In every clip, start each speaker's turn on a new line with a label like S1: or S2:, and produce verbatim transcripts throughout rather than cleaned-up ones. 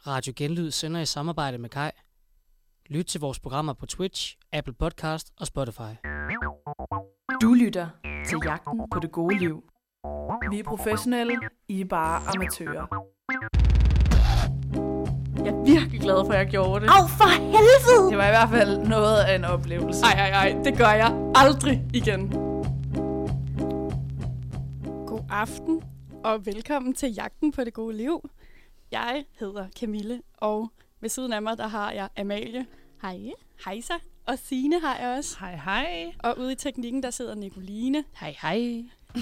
S1: Radio Genlyd sender i samarbejde med Kai. Lyt til vores programmer på Twitch, Apple Podcast og Spotify.
S2: Du lytter til Jagten på det gode liv. Vi er professionelle, I er bare amatører. Jeg er virkelig glad for, at jeg gjorde det.
S3: Au, for helvede!
S2: Det var i hvert fald noget af en oplevelse.
S3: Ej, ej, ej, det gør jeg aldrig igen. God aften, og velkommen til Jagten på det gode liv. Jeg hedder Camille, og ved siden af mig, der har jeg Amalie.
S4: Hej.
S3: Hejsa. Og Signe har jeg også.
S2: Hej, hej.
S3: Og ude i teknikken, der sidder Nicoline.
S4: Hej, hej.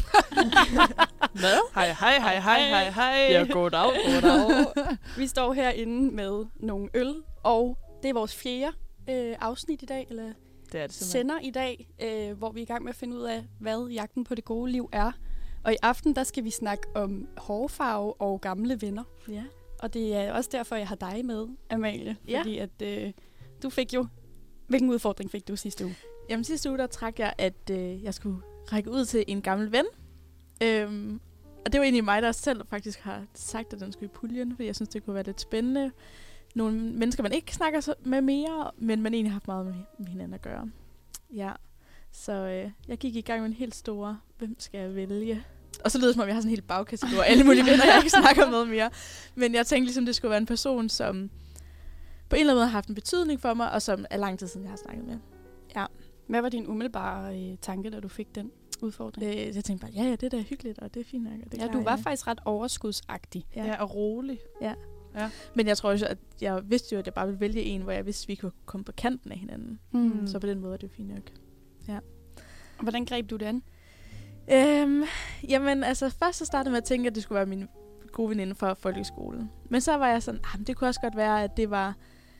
S3: Hvad?
S2: Hej, hej, hej, hej, hej, hej.
S3: Ja, goddag, goddag. Vi står herinde med nogle øl, og det er vores fjerde øh, afsnit i dag, eller
S2: det er det
S3: sender i dag, øh, hvor vi er i gang med at finde ud af, hvad Jagten på det gode liv er. Og i aften, der skal vi snakke om hårfarve og gamle venner.
S4: Ja.
S3: Og det er også derfor, jeg har dig med, Amalie.
S4: Ja.
S3: Fordi at øh, du fik jo... Hvilken udfordring fik du sidste uge?
S4: Jamen sidste uge, der trak jeg, at øh, jeg skulle række ud til en gammel ven. Øhm, og det var egentlig mig, der selv faktisk har sagt, at den skulle i puljen, fordi jeg synes, det kunne være lidt spændende. Nogle mennesker, man ikke snakker med mere, men man egentlig har haft meget med, med hinanden at gøre. Ja, så øh, jeg gik i gang med en helt store, hvem skal jeg vælge? Og så lød det som om, jeg har sådan en helt bagkatalog og alle mulige venner, jeg ikke snakker med mere. Men jeg tænkte ligesom, det skulle være en person, som på en eller anden måde har haft en betydning for mig, og som er lang tid siden, jeg har snakket med. Ja.
S3: Hvad var din umiddelbare øh, tanke, da du fik den udfordring?
S4: Øh, jeg tænkte bare, ja, ja, det der er hyggeligt, og det er fint nok. Og det
S3: ja, du var jeg. faktisk ret overskudsagtig.
S2: Ja, ja og rolig.
S4: Ja.
S2: Ja.
S4: Men jeg tror også, at jeg vidste jo, at jeg bare ville vælge en, hvor jeg vidste, at vi kunne komme på kanten af hinanden.
S3: Mm.
S4: Så på den måde er det jo fint nok. Ja.
S3: Og hvordan greb du det an?
S4: Øhm, jamen, altså først så startede jeg med at tænke, at det skulle være min gode veninde fra folkeskolen. Men så var jeg sådan, ah, det kunne også godt være, at det var...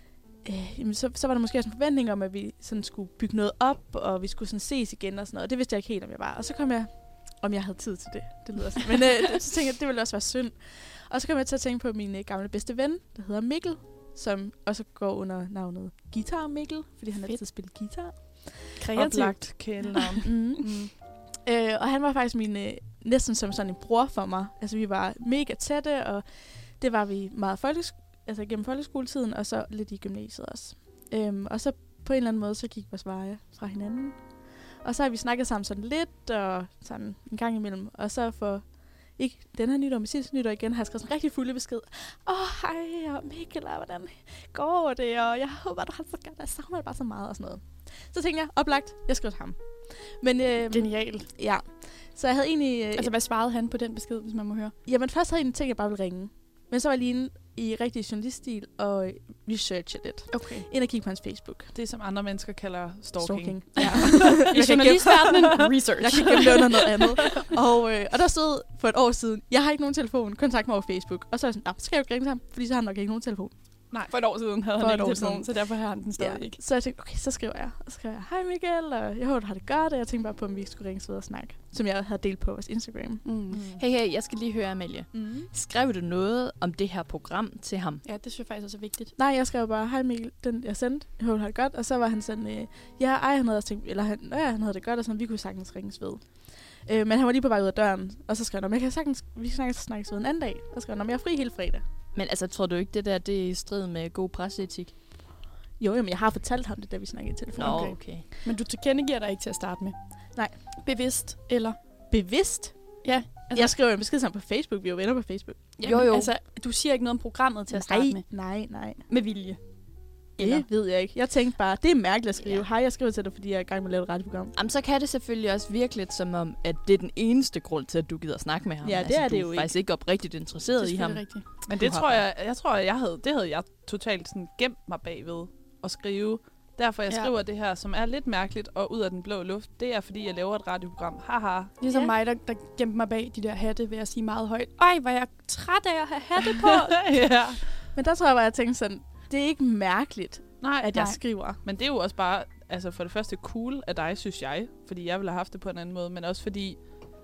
S4: Øh, jamen, så, så var der måske også en forventning om, at vi sådan skulle bygge noget op, og vi skulle sådan ses igen og sådan noget. Og det vidste jeg ikke helt, om jeg var. Og så kom jeg, om jeg havde tid til det. Det lyder sådan. Men øh, så tænkte jeg, at det ville også være synd. Og så kom jeg til at tænke på min øh, gamle bedste ven, der hedder Mikkel, som også går under navnet Guitar Mikkel, fordi han altid spillet guitar.
S3: Kreativt.
S2: Oplagt kælenavn.
S4: mm. mm. øh, og han var faktisk min, øh, næsten som sådan en bror for mig. Altså vi var mega tætte, og det var vi meget folkesk- altså gennem folkeskoletiden, og så lidt i gymnasiet også. Øhm, og så på en eller anden måde, så gik vores veje fra hinanden. Og så har vi snakket sammen sådan lidt, og sådan en gang imellem. Og så for ikke den her nytår, men sidste nytår igen, har jeg skrevet sådan en rigtig fulde besked. Åh, oh, hej, og Mikkel, og hvordan går det? Og jeg håber, du har så godt. Jeg savner det bare så meget, og sådan noget. Så tænkte jeg, oplagt, jeg skrev til ham. Men, øh,
S3: Genialt.
S4: Ja. Så jeg havde egentlig... Øh,
S3: altså, hvad svarede han på den besked, hvis man må høre?
S4: Jamen, først havde jeg egentlig tænkt, at jeg bare ville ringe. Men så var jeg lige inde i rigtig journaliststil og researche lidt.
S3: Okay.
S4: Ind og kigge på hans Facebook.
S2: Det, som andre mennesker kalder stalking.
S4: Stalking.
S3: Ja. I journalistverdenen, research.
S4: Jeg kan gemme det under noget andet. Og, øh, og der stod for et år siden, jeg har ikke nogen telefon, kontakt mig over Facebook. Og så er jeg sådan, så skal jeg jo ringe til ham, fordi så har han nok ikke nogen telefon.
S3: Nej, for et år siden havde
S4: for
S3: han ikke
S4: telefon,
S3: siden. Så derfor har han den stadig
S4: ja.
S3: ikke.
S4: Så jeg tænkte, okay, så skriver jeg. Og så skriver jeg, hej Mikkel, og jeg håber, du har det godt. Og jeg tænkte bare på, om vi skulle ringe videre og snakke. Som jeg havde delt på vores Instagram.
S3: Mm.
S4: Mm.
S5: Hey, hey, jeg skal lige høre, Amalie.
S4: Mm.
S5: Skrev du noget om det her program til ham?
S3: Ja, det synes jeg faktisk også er vigtigt.
S4: Nej, jeg skrev bare, hej Mikkel, den jeg sendte. Jeg håber, du har det godt. Og så var han sådan, øh, ja, ej, han havde også tænkt, eller han, ja, han havde det godt, og sådan, vi kunne sagtens ringes ved. Øh, men han var lige på vej ud af døren, og så skrev han, jeg kan sagtens, vi kan sagtens snakkes ved en anden dag. Og så skrev han, jeg er fri hele fredag.
S5: Men altså, tror du ikke, det der det er i strid med god presseetik?
S4: Jo, jamen, jeg har fortalt ham det, da vi snakkede i telefon.
S5: Nå,
S3: Okay.
S5: okay.
S3: Men du tilkendegiver dig ikke til at starte med?
S4: Nej.
S3: Bevidst, eller?
S4: Bevidst?
S3: Ja.
S4: Altså, jeg skriver en besked sammen på Facebook, vi er jo venner på Facebook.
S3: Jamen,
S5: Jo, jo.
S3: Altså, du siger ikke noget om programmet til at starte
S4: nej,
S3: med?
S4: nej, nej.
S3: Med vilje?
S4: Eller? Det ved jeg ikke. Jeg tænkte bare, det er mærkeligt at skrive.
S5: Ja.
S4: Hej, jeg skriver til dig, fordi jeg er i gang med at lave et radioprogram.
S5: Jamen, så kan det selvfølgelig også virke lidt som om, at det er den eneste grund til, at du gider snakke med ham.
S4: Ja, det
S5: altså,
S4: er det
S5: du
S4: jo
S5: er
S4: ikke.
S5: faktisk ikke oprigtigt interesseret
S3: Det er
S5: i ham.
S3: selvfølgelig rigtigt.
S2: Men det
S5: Du har
S2: tror
S5: bare-
S2: jeg, jeg tror, jeg havde, det havde jeg totalt sådan gemt mig bagved at skrive. Derfor jeg
S3: Ja.
S2: skriver det her, som er lidt mærkeligt og ud af den blå luft. Det er, fordi jeg laver et radioprogram. Haha.
S3: Ligesom
S4: Ja.
S3: mig, der, der gemte mig bag de der hatte, ved at sige meget højt. Ej, hvor er jeg træt af at have hatte på.
S2: ja.
S4: Men der tror jeg bare, jeg tænkte sådan, det er ikke mærkeligt,
S2: Nej,
S4: at jeg
S3: Nej.
S4: skriver.
S2: Men det er jo også bare, altså for det første cool af dig, synes jeg. Fordi jeg ville have haft det på en anden måde. Men også fordi,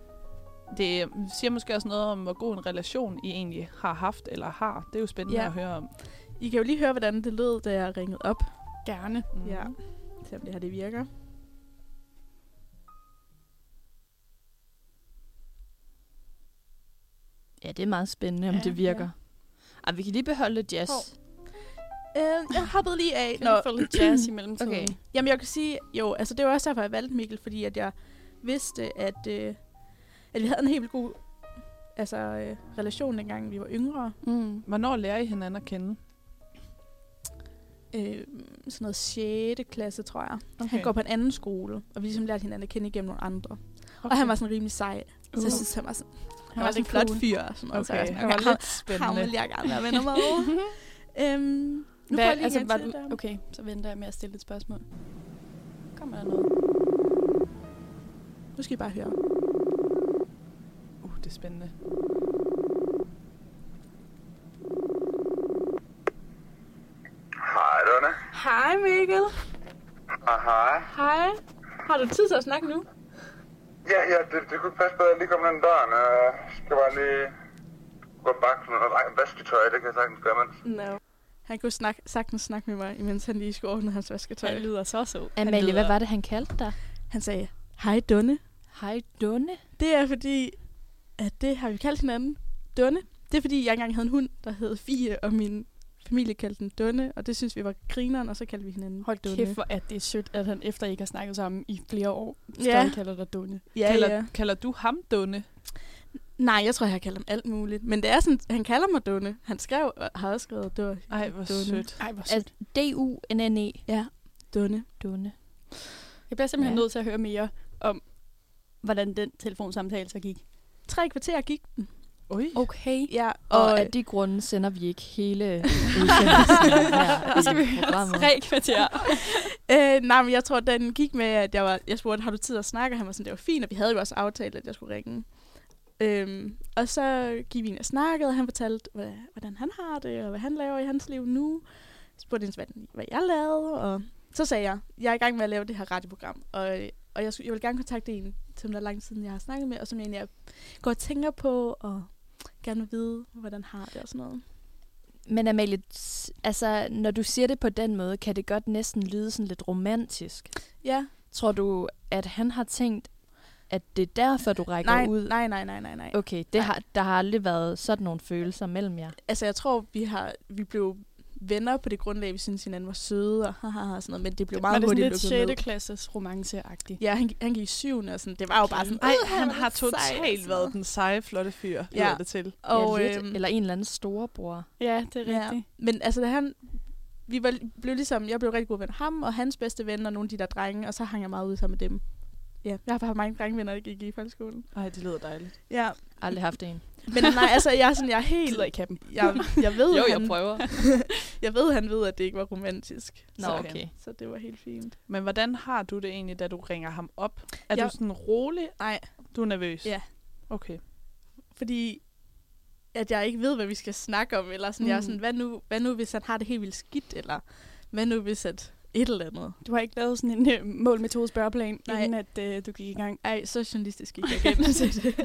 S2: det siger måske også noget om, hvor god en relation I egentlig har haft eller har. Det er jo spændende
S4: Ja.
S2: at høre om.
S4: I kan jo lige høre, hvordan det lød, da jeg ringede op.
S3: Gerne.
S2: Mm.
S4: Ja. Se om det her, det virker.
S5: Ja, det er meget spændende, om
S3: Ja,
S5: det virker. Ej, vi kan lige beholde lidt jazz.
S4: Hov. Øh, jeg hoppede lige af.
S3: Kan du få lidt jazz i mellemtiden?
S5: Okay.
S4: Jamen, jeg kan sige, jo, altså det var også derfor, jeg valgte Mikkel, fordi at jeg vidste, at, øh, at vi havde en helt vildt god altså, øh, relation, dengang vi var yngre.
S3: Mm.
S2: Hvornår lærer I hinanden at kende?
S4: Øh, sådan noget sjette klasse, tror jeg.
S2: Okay.
S4: Han går på en anden skole, og vi ligesom lærte hinanden at kende igennem nogle andre.
S2: Okay.
S4: Og han var sådan rimelig sej. Så
S3: Uh.
S4: jeg synes, han var sådan, han
S3: var
S4: var sådan en
S3: lidt
S4: flot
S3: cool.
S4: fyr. Og sådan noget, så jeg
S2: Okay,
S4: var
S2: han
S4: sådan,
S2: var lidt
S4: ham
S2: spændende.
S4: vil jeg gerne være venner med. øhm, nu
S3: Hvad,
S4: prøver jeg lige
S3: altså,
S4: en
S3: var
S4: gang til
S3: du,
S4: der.
S3: okay, så venter jeg med at stille et spørgsmål. Kommer der noget?
S4: Nu skal I bare høre.
S2: Uh, det er spændende.
S6: Hej, Donna.
S4: Hej Mikkel.
S6: Hej, hej.
S4: Hej. Har du tid til at snakke nu?
S6: Ja, ja, det, det kunne passe bedre at lige komme ind ad døren. Jeg skal bare lige gå bak for noget vasketøj. Det kan jeg sagtens gøre, mens.
S4: No. Han kunne snak, sagtens snakke med mig, imens han lige skulle ordne hans vasketøj.
S3: Han lyder så sød.
S5: Amalie,
S2: lyder-
S5: hvad var det, han kaldte dig?
S4: Han sagde, hej Dunne.
S5: Hej, Dunne.
S4: Det er fordi, at det har vi kaldt hinanden. Dunne. Det er fordi, jeg engang havde en hund, der hed Fie, og min familie kaldte den Dunne, og det synes vi var grineren, og så kaldte vi hinanden
S3: Hold
S4: Dunne.
S3: kæft, hvor er det sødt, at han efter ikke har snakket sammen i flere år,
S4: Ja.
S3: stadig kalder dig Dunne.
S4: Ja,
S2: kalder,
S4: ja.
S2: kalder du ham Dunne?
S4: Nej, jeg tror, jeg har kaldt ham alt muligt. Men det er sådan, han kalder mig Dunne. Han skrev, og har også skrevet, det var
S2: Ej, hvor
S4: Dunne.
S2: sødt.
S3: Ej, hvor sødt.
S5: Altså, D U N N E.
S4: Ja, Dunne.
S5: Dunne.
S3: Jeg bliver simpelthen
S5: Ja.
S3: nødt til at høre mere om, hvordan den telefonsamtale så gik.
S4: Tre kvarter gik den.
S2: Ui.
S5: Okay.
S4: Ja,
S5: Og,
S4: og,
S5: af de grunde sender vi ikke hele udsendelsen her
S3: Nu skal vi
S5: i
S3: høre
S5: programmet.
S3: tre kvarter.
S4: øh, nej, men jeg tror, den gik med, at jeg, var, jeg spurgte, har du tid at snakke? Og han var sådan, det var fint, og vi havde jo også aftalt, at jeg skulle ringe. Øhm, og så gik vi ind og snakkede, og han fortalte, hvad, hvordan han har det, og hvad han laver i hans liv nu. Jeg spurgte hende, hvad, hvad jeg lavede, og så sagde jeg, jeg er i gang med at lave det her radioprogram, og, og jeg, skulle, jeg vil gerne kontakte en, som der er lang siden, jeg har snakket med, og som jeg egentlig går og tænker på, og gerne vil vide, hvordan har det og sådan noget.
S5: Men Amalie, s- altså, når du siger det på den måde, kan det godt næsten lyde sådan lidt romantisk.
S4: Ja,
S5: Tror du, at han har tænkt, at det er derfor, du rækker
S4: nej,
S5: ud?
S4: nej, nej, nej, nej, nej.
S5: Okay, det
S4: Nej.
S5: har, der har aldrig været sådan nogle følelser mellem jer.
S4: Altså, jeg tror, vi har vi blev venner på det grundlag, vi synes hinanden var søde og haha og sådan noget, men det blev
S3: Var
S4: meget
S3: det sådan
S4: hurtigt
S3: lidt
S4: lukket
S3: sjette
S4: ned.
S3: klasses romance-agtigt?
S4: Ja, han, han gik i syvende, og sådan, det var jo bare sådan,
S2: Ej,
S4: "Øh,
S2: han
S4: var
S2: har
S4: lidt sej," og
S2: totalt
S4: sådan
S2: været
S4: noget.
S2: den seje, flotte fyr,
S4: Ja.
S2: lyder det til.
S4: Og,
S5: ja, lidt,
S4: øhm,
S5: eller en eller anden storebror.
S3: Ja, det er
S4: ja,
S3: rigtigt.
S4: men altså, da han, vi var, blev ligesom, jeg blev rigtig god ven med ham, og hans bedste ven, og nogle af de der drenge, og så hang jeg meget ud sammen med dem. Ja, jeg har bare mange drengevenner, der gik i folkeskolen.
S2: Ej, det lyder dejligt.
S4: Ja,
S5: Aldrig haft en.
S4: men nej, altså, jeg er sådan, jeg er
S3: Jeg
S4: helt,
S3: gider ikke have dem.
S4: jeg, jeg ved,
S5: Jo,
S4: han,
S5: jeg prøver.
S4: jeg ved, han ved, at det ikke var romantisk.
S5: Nå,
S4: så,
S5: okay.
S4: så det var helt fint.
S2: Men hvordan har du det egentlig, da du ringer ham op? Er
S4: Jeg-
S2: du sådan rolig?
S4: Nej,
S2: Du er nervøs?
S4: Ja.
S2: Okay.
S4: fordi at jeg ikke ved, hvad vi skal snakke om, eller sådan, mm. jeg er
S3: Mm.
S4: sådan, hvad nu, hvad nu, hvis han har det helt vildt skidt, eller hvad nu, hvis at et eller andet.
S3: Du har ikke lavet sådan en uh, mål-metode-spørgeplan,
S4: Nej.
S3: inden at uh, du gik i gang.
S4: Ej, så journalistisk gik jeg igen til det.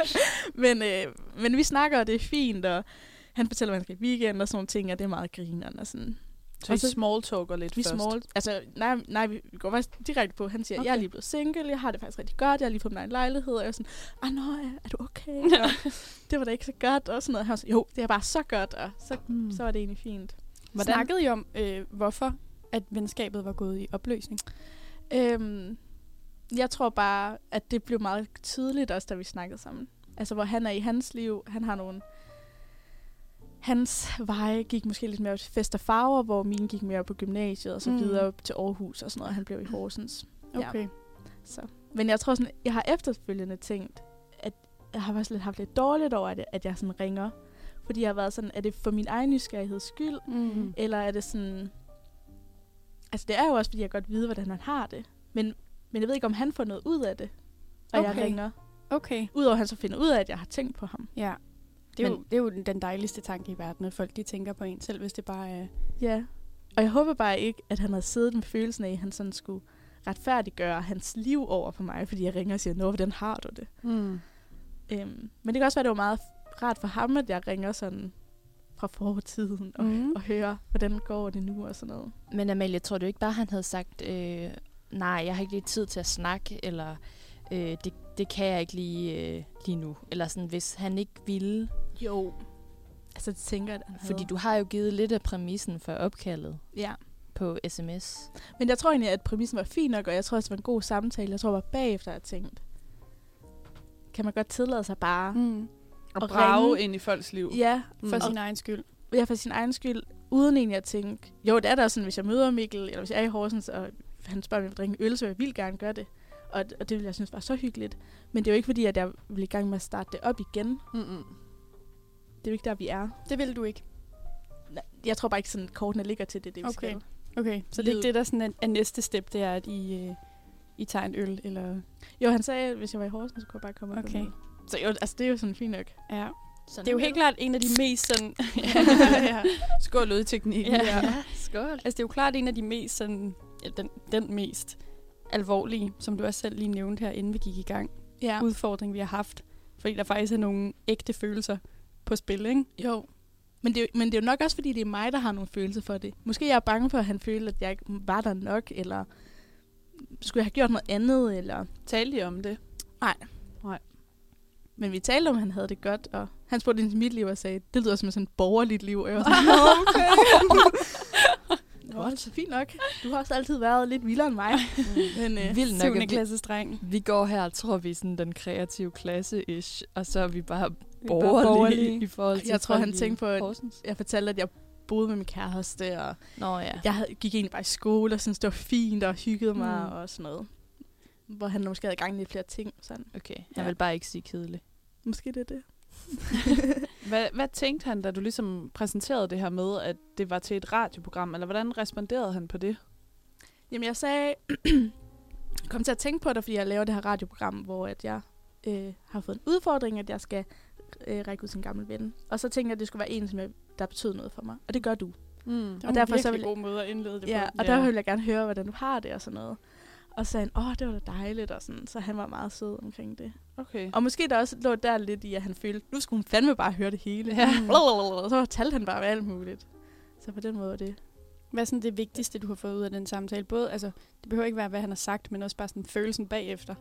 S4: men, øh, men vi snakker, og det er fint, og han fortæller, hvad han skal i weekend, og sådan nogle ting, og det er meget grineren, og sådan.
S2: Så
S4: Og
S2: I
S4: så-
S2: smalltalker lidt
S4: Vi
S2: først?
S4: small, altså, nej, nej, vi går faktisk direkte på. Han siger, okay. Jeg er lige blevet single, jeg har det faktisk rigtig godt, jeg har lige fået min egen lejlighed, og jeg er sådan, ah, nå, er, er du okay? Og det var da ikke så godt, og sådan noget. Han var sådan, jo, det er bare så godt, og så,
S2: Mm.
S4: så var det egentlig fint.
S3: Hvordan? Snakkede I om, øh, hvorfor at venskabet var gået i opløsning?
S4: Øhm, jeg tror bare, at det blev meget tydeligt også, da vi snakkede sammen. Altså, hvor han er i hans liv, han har nogle... Hans veje gik måske lidt mere til fest og farver, hvor min gik mere på gymnasiet, og så
S3: Mm.
S4: mm. videre til Aarhus og sådan noget, og han blev i Horsens. Ja.
S3: Okay.
S4: Så. Men jeg tror sådan, jeg har efterfølgende tænkt, at jeg har faktisk lidt haft lidt dårligt over, at, at jeg sådan ringer. Fordi jeg har været sådan, er det for min egen nysgerrigheds skyld,
S3: Mm.
S4: eller er det sådan... Altså, det er jo også, fordi jeg godt ved, hvordan han har det. Men, men jeg ved ikke, om han får noget ud af det, og okay. jeg
S3: Okay.
S4: ringer.
S3: Okay,
S4: Udover at han så finder ud af, at jeg har tænkt på ham.
S3: ja. Det er,
S4: Men-
S3: jo, det er jo den dejligste tanke i verden, at folk de tænker på en selv, hvis det bare er...
S4: Ja. Og jeg håber bare ikke, at han havde siddet med følelsen af, at han sådan skulle retfærdiggøre hans liv over for mig, fordi jeg ringer og siger, nå, hvordan har du det?
S3: Mm.
S4: Øhm, men det kan også være, at det var meget rart for ham, at jeg ringer sådan fra fortiden og,
S3: Mhm.
S4: og hører, hvordan går det nu og sådan noget.
S5: Men Amalie, tror du ikke bare, han havde sagt, øh, nej, jeg har ikke lige tid til at snakke, eller øh, det, det kan jeg ikke lige, øh, lige nu. Eller sådan, hvis han ikke ville.
S4: Jo. Altså, det tænker jeg, at han
S5: Fordi
S4: havde.
S5: du har jo givet lidt af præmissen for opkaldet
S4: Ja.
S5: på sms.
S4: Men jeg tror egentlig, at præmissen var fin nok, og jeg tror også, det var en god samtale. Jeg tror bare bagefter, jeg tænkte, kan man godt tillade sig bare
S3: Mm.
S2: Og
S4: Og
S2: brage
S4: ringe.
S2: ind i folks liv.
S4: ja,
S3: For
S2: Mm.
S3: sin egen skyld.
S4: ja, for sin egen skyld, uden egentlig at tænke, jo, det er da sådan, hvis jeg møder Mikkel, eller hvis jeg er i Horsens, og han spørger, om jeg vil drikke en øl, så vil jeg vildt gerne gøre det. Og, og det ville jeg synes var så hyggeligt. Men det er jo ikke fordi, at jeg vil i gang med at starte det op igen.
S2: Mm-mm.
S4: Det er jo ikke der, vi er.
S3: Det vil du ikke.
S4: Nej, jeg tror bare ikke, sådan kortene ligger til det, det vi
S3: Okay.
S4: skal.
S3: Okay, så det er ikke det, der sådan er, er næste step, det er, at I, øh, I tager en øl, eller...
S4: Jo, han sagde, at hvis jeg var i Horsens, så kunne jeg bare komme og
S3: Okay.
S4: komme. Så jo, altså, det er jo sådan fint nok.
S3: Ja.
S5: Sådan
S3: Det er jo helt klart en af de mest sådan...
S2: ja. Skål ud i teknikken.
S3: Ja.
S5: Ja, skål.
S3: Altså, det er jo klart en af de mest sådan... Ja, den, den mest alvorlige, som du også selv lige nævnte her, inden vi gik i gang.
S4: Ja.
S3: Udfordring, vi har haft. Fordi der faktisk er nogle ægte følelser på spil, ikke?
S4: Jo. Men det, er jo, men det er jo nok også, fordi det er mig, der har nogle følelser for det. Måske jeg er bange for, at han føler, at jeg ikke var der nok, eller skulle jeg have gjort noget andet, eller...
S2: Talte I om det?
S4: Men vi talte om, at han havde det godt, og han spurgte ind til mit liv og sagde, det lyder som sådan et borgerligt liv. Og jeg var sådan, okay. Det var altså fint nok. Du har også altid været lidt vildere end mig. Men, øh,
S5: Vildt nok,
S3: Syvende
S5: at vi,
S3: klasses dreng.
S5: vi går her og tror, vi er sådan den kreative klasse-ish, og så er vi bare
S3: Vi er bare
S5: borgerlige,
S3: borgerlige.
S5: i forhold til
S4: Jeg tror,
S5: folk
S4: han
S5: i
S4: tænkte på, at-
S5: Horsens.
S4: jeg fortalte, at jeg boede med min kæreste, og
S5: Nå ja.
S4: jeg havde, gik egentlig bare i skole, og syntes, det var fint, og hyggede mig,
S3: Mm.
S4: og sådan noget. Hvor han måske havde gang i lidt flere ting. Sådan.
S5: Okay, han
S4: Ja.
S5: vil bare ikke sige kedelig.
S4: Måske det er det.
S2: Hvad, hvad tænkte han, da du ligesom præsenterede det her med, at det var til et radioprogram? Eller hvordan responderede han på det?
S4: Jamen, jeg sagde, jeg kom til at tænke på det, fordi jeg laver det her radioprogram, hvor at jeg øh, har fået en udfordring, at jeg skal øh, række ud til en gammel ven. Og så tænkte jeg, at det skulle være en, som jeg, der betød noget for mig. Og det gør du.
S2: Mm.
S3: Det var
S4: Og derfor
S3: en
S4: så
S3: virkelig
S4: vil-
S3: god måde at indlede det
S4: Ja,
S3: på.
S4: og der ville jeg gerne høre, hvordan du har det og sådan noget. Og så sagde han, åh, det var da dejligt, og sådan. Så han var meget sød omkring det.
S2: Okay.
S4: Og måske der også lå der lidt i, at han følte, nu skulle hun fandme bare høre det hele.
S2: Ja.
S4: Og så talte han bare om alt muligt. Så på den måde var det.
S3: Hvad er sådan det vigtigste, du har fået ud af den samtale? Både, altså, det behøver ikke være, hvad han har sagt, men også bare sådan følelsen bagefter.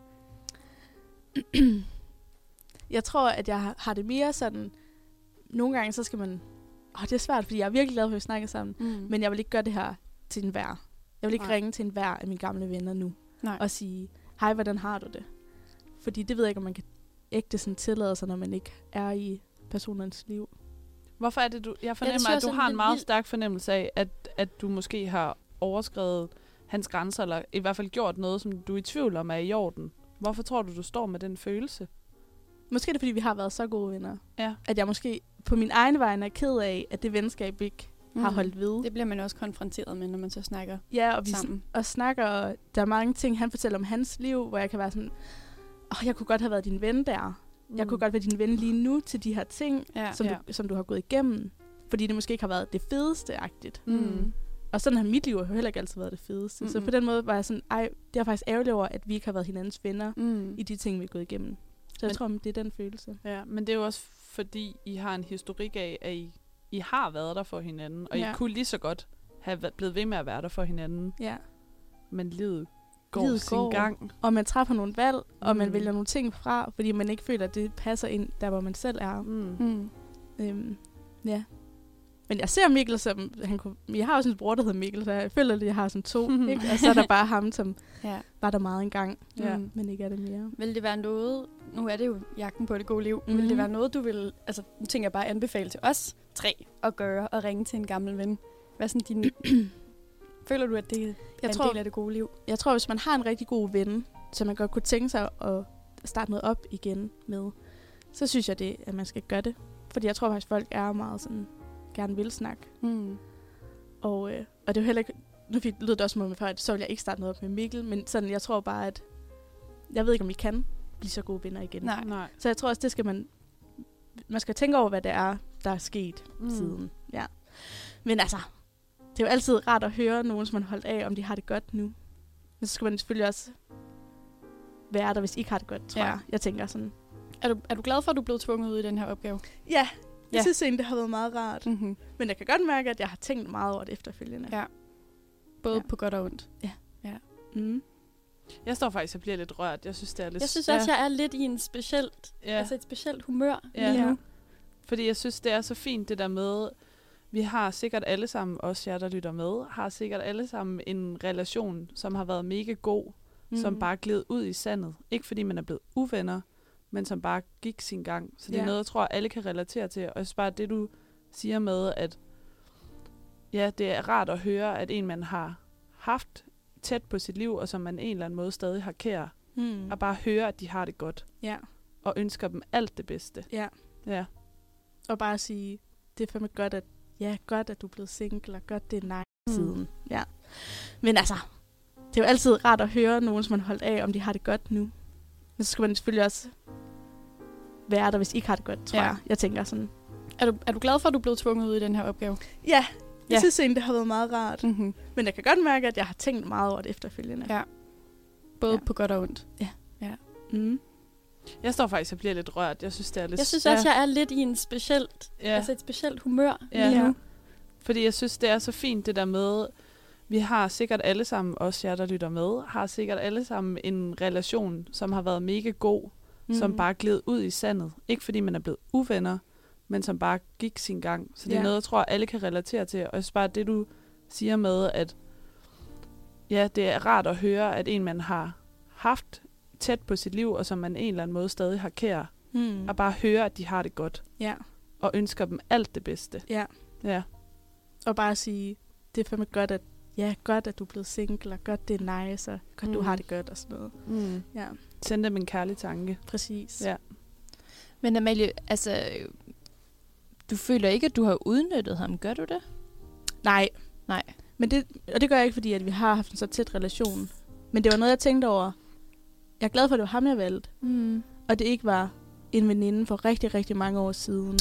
S4: Jeg tror, at jeg har- har det mere sådan, nogle gange så skal man, åh, det er svært, fordi jeg er virkelig glad for, at vi snakker sammen.
S3: Mm.
S4: Men jeg vil ikke gøre det her til en hver. Jeg vil ikke
S3: Nej.
S4: ringe til en hver af mine gamle venner nu.
S3: Nej.
S4: Og sige, hej, hvordan har du det? Fordi det ved jeg ikke, om man kan ægte sådan tillade sig, når man ikke er i personens liv.
S2: Hvorfor er det, du... Jeg fornemmer,
S3: synes
S2: ja,
S3: jeg
S2: at du
S3: sådan
S2: har en
S3: lidt
S2: meget
S3: vildt.
S2: stærk fornemmelse af, at, at du måske har overskrevet hans grænser, eller i hvert fald gjort noget, som du er i tvivl om er i orden. Hvorfor tror du, du står med den følelse?
S4: Måske er det, fordi vi har været så gode venner.
S2: Ja.
S4: At jeg måske på min egen vej er ked af, at det venskab ikke mm. har holdt ved.
S3: Det bliver man også konfronteret med, når man så snakker
S4: Ja, og vi
S3: sammen.
S4: og snakker, og der er mange ting, han fortæller om hans liv, hvor jeg kan være sådan, åh, oh, jeg kunne godt have været din ven der. Mm. Jeg kunne godt være din ven lige nu til de her ting,
S3: Ja.
S4: som,
S2: Ja.
S4: du, som du har gået igennem. Fordi det måske ikke har været det fedeste-agtigt.
S2: Mm.
S4: Og sådan har mit liv jo heller ikke altid været det fedeste. Mm-hmm. Så
S3: Mm-mm.
S4: på den måde var jeg sådan, ej, det er faktisk ærgerligt over, at vi ikke har været hinandens venner
S3: Mm.
S4: i de ting, vi er gået igennem. Så jeg
S2: Men-
S4: tror, det er den følelse.
S2: Ja, men det er jo også fordi, I har en historik af, at I, I har været der for hinanden, og
S4: Ja.
S2: I kunne lige så godt have væ- blevet ved med at være der for hinanden,
S4: Ja.
S2: men livet går
S4: Livet
S2: sin
S4: går.
S2: gang.
S4: Og man træffer nogle valg, og man
S2: Mm.
S4: vælger nogle ting fra, fordi man ikke føler, at det passer ind der, hvor man selv er.
S2: Mm.
S3: Mm.
S4: Øhm, ja. Men jeg ser Mikkel som, han kunne, jeg har også en bror, der hedder Mikkel, så jeg føler, at jeg har sådan to, ikke? Og så er der bare ham, som
S3: Ja.
S4: var der meget engang,
S2: Ja.
S3: Mm.
S4: men ikke er det mere.
S3: Vil det være noget, nu er det jo jagten på det gode liv, mm-hmm. vil
S4: Mhm.
S3: det være noget, du vil, altså nu tænker jeg bare anbefale til os tre at gøre og ringe til en gammel ven? Hvad er sådan din, føler du, at det er
S4: Jeg
S3: en
S4: tror,
S3: del af det gode liv?
S4: jeg tror, hvis man har en rigtig god ven, som man godt kunne tænke sig at starte noget op igen med, så synes jeg, det, at man skal gøre det. Fordi jeg tror faktisk, folk er meget sådan, gerne vil snakke.
S3: Mm.
S4: Og, øh, og det er jo heller ikke, nu fik, lød det også med mig før, at så vil jeg ikke starte noget op med Mikkel, men sådan, jeg tror bare, at jeg ved ikke, om vi kan blive så gode venner igen.
S3: Nej.
S2: Nej.
S4: Så jeg tror også, det skal man, man skal tænke over, hvad det er, der er sket
S2: Mm.
S4: mm. siden. Ja. Men altså, det er jo altid rart at høre nogen, som man har holdt af, om de har det godt nu. Men så skal man selvfølgelig også være der, hvis I ikke har det godt, tror
S3: Ja.
S4: ja. jeg. Jeg tænker sådan,
S3: Er du, er du glad for, at du blev tvunget ud i den her opgave?
S4: ja, jeg
S3: Ja.
S4: synes egentlig, det har været meget rart. Mm.
S3: Mm-hmm.
S4: Men jeg kan godt mærke, at jeg har tænkt meget over det efterfølgende.
S3: Ja. Både
S4: Ja.
S3: på godt og ondt.
S4: Mm.
S2: Jeg står faktisk og bliver lidt rørt. Jeg synes, det er lidt...
S3: Jeg synes også, jeg er lidt i en specielt,
S2: ja.
S3: altså et specielt humør
S2: Ja.
S3: lige nu.
S2: Fordi jeg synes, det er så fint det der med, vi har sikkert alle sammen, også jer, der lytter med, har sikkert alle sammen en relation, som har været mega god, mm. som bare gled ud i sandet. Ikke fordi man er blevet uvenner, men som bare gik sin gang. Så det
S3: Ja.
S2: er noget, jeg tror, alle kan relatere til. Og jeg synes bare, det du siger med, at ja, det er rart at høre, at en, man har haft tæt på sit liv, og som man en eller anden måde stadig har kær,
S4: Mm.
S2: og bare høre, at de har det godt,
S4: Ja,
S2: og ønsker dem alt det bedste.
S4: ja.
S2: Ja.
S4: Og bare sige, det er fandme godt, at, ja, godt, at du er blevet single, og godt, det er nice
S2: Mm.
S4: siden. Ja. Men altså, det er jo altid rart at høre nogen, som man har holdt af, om de har det godt nu. Men så skal man selvfølgelig også være der, hvis I ikke har det godt, tror
S3: Ja.
S4: ja. jeg. Jeg tænker sådan,
S3: Er du, er du glad for, at du blev tvunget ud i den her opgave?
S4: ja, jeg
S3: Ja.
S4: ja. synes egentlig, det har været meget rart.
S3: Mm-hmm.
S4: Men jeg kan godt mærke, at jeg har tænkt meget over det efterfølgende.
S3: Ja. Både
S4: Ja.
S3: på godt og ondt.
S4: Mm.
S2: Jeg står faktisk og bliver lidt rørt. Jeg synes, det er lidt...
S3: Jeg synes også, jeg er lidt i en specielt,
S2: Ja.
S3: altså et specielt humør
S2: Ja.
S3: lige nu.
S2: Fordi jeg synes, det er så fint det der med, vi har sikkert alle sammen, også jer, der lytter med, har sikkert alle sammen en relation, som har været mega god, mm. som bare gled ud i sandet. Ikke fordi man er blevet uvenner, men som bare gik sin gang. Så det er
S4: Ja.
S2: noget, jeg tror, alle kan relatere til. Og jeg synes bare, det du siger med, at ja, det er rart at høre, at en, man har haft tæt på sit liv, og som man en eller anden måde stadig har kær,
S4: Mm.
S2: og bare høre, at de har det godt,
S4: Ja,
S2: og ønsker dem alt det bedste.
S4: ja.
S2: Ja.
S4: Og bare sige, det er fandme godt, at, ja, godt, at du er blevet single, og godt, det er nice, og godt, mm. du
S2: Mm.
S4: har det godt og sådan noget.
S2: Mm.
S4: Ja,
S2: Send dem en kærlig tanke.
S4: præcis.
S2: Ja.
S5: Men Amalie, altså, du føler ikke, at du har udnyttet ham, gør du det?
S4: Nej.
S5: Nej.
S4: Men det, og det gør jeg ikke, fordi at vi har haft en så tæt relation. Men det var noget, jeg tænkte over. Jeg er glad for, at det var ham, jeg valgte.
S5: Mm.
S4: Og det ikke var en veninde for rigtig, rigtig mange år siden.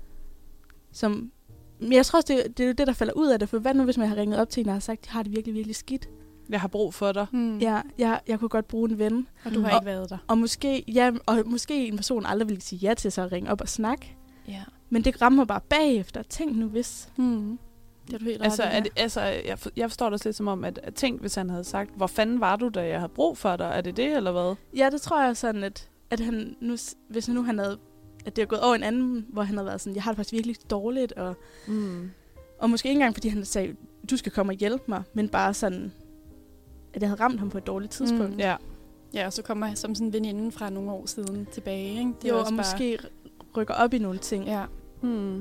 S4: Som, men jeg tror også, det, det er jo det, der falder ud af det. For hvad nu, hvis man har ringet op til en, og har sagt, at jeg har det virkelig, virkelig skidt.
S2: Jeg har brug for dig.
S3: Mm.
S4: Ja, jeg, jeg kunne godt bruge en ven.
S3: Og du har
S4: Og-
S3: ikke været der.
S4: Og måske, ja, og måske en person aldrig ville sige ja til så at ringe op og snakke.
S5: Ja.
S4: Men det rammer mig bare bagefter. Tænk nu hvis.
S3: Mm. Det er du helt ret
S2: Altså,
S3: i,
S2: er
S3: ja.
S2: det, altså jeg, for, jeg forstår det også lidt som om, at, at tænk, hvis han havde sagt, hvor fanden var du, da jeg havde brug for dig? Er det det, eller hvad?
S4: Ja, det tror jeg sådan, at, at han nu, hvis nu han havde, at det er gået over en anden, hvor han havde været sådan, jeg har det faktisk virkelig dårligt, og,
S2: Mm.
S4: og måske ikke engang, fordi han sagde, du skal komme og hjælpe mig, men bare sådan, at jeg havde ramt ham på et dårligt tidspunkt.
S3: Mm.
S2: Ja.
S3: Ja, og så kommer jeg som sådan en veninde fra nogle år siden tilbage, ikke? Det er
S4: Jo,
S3: også
S4: og
S3: bare-
S4: måske rykker op i nogle ting.
S3: Ja.
S2: Mm.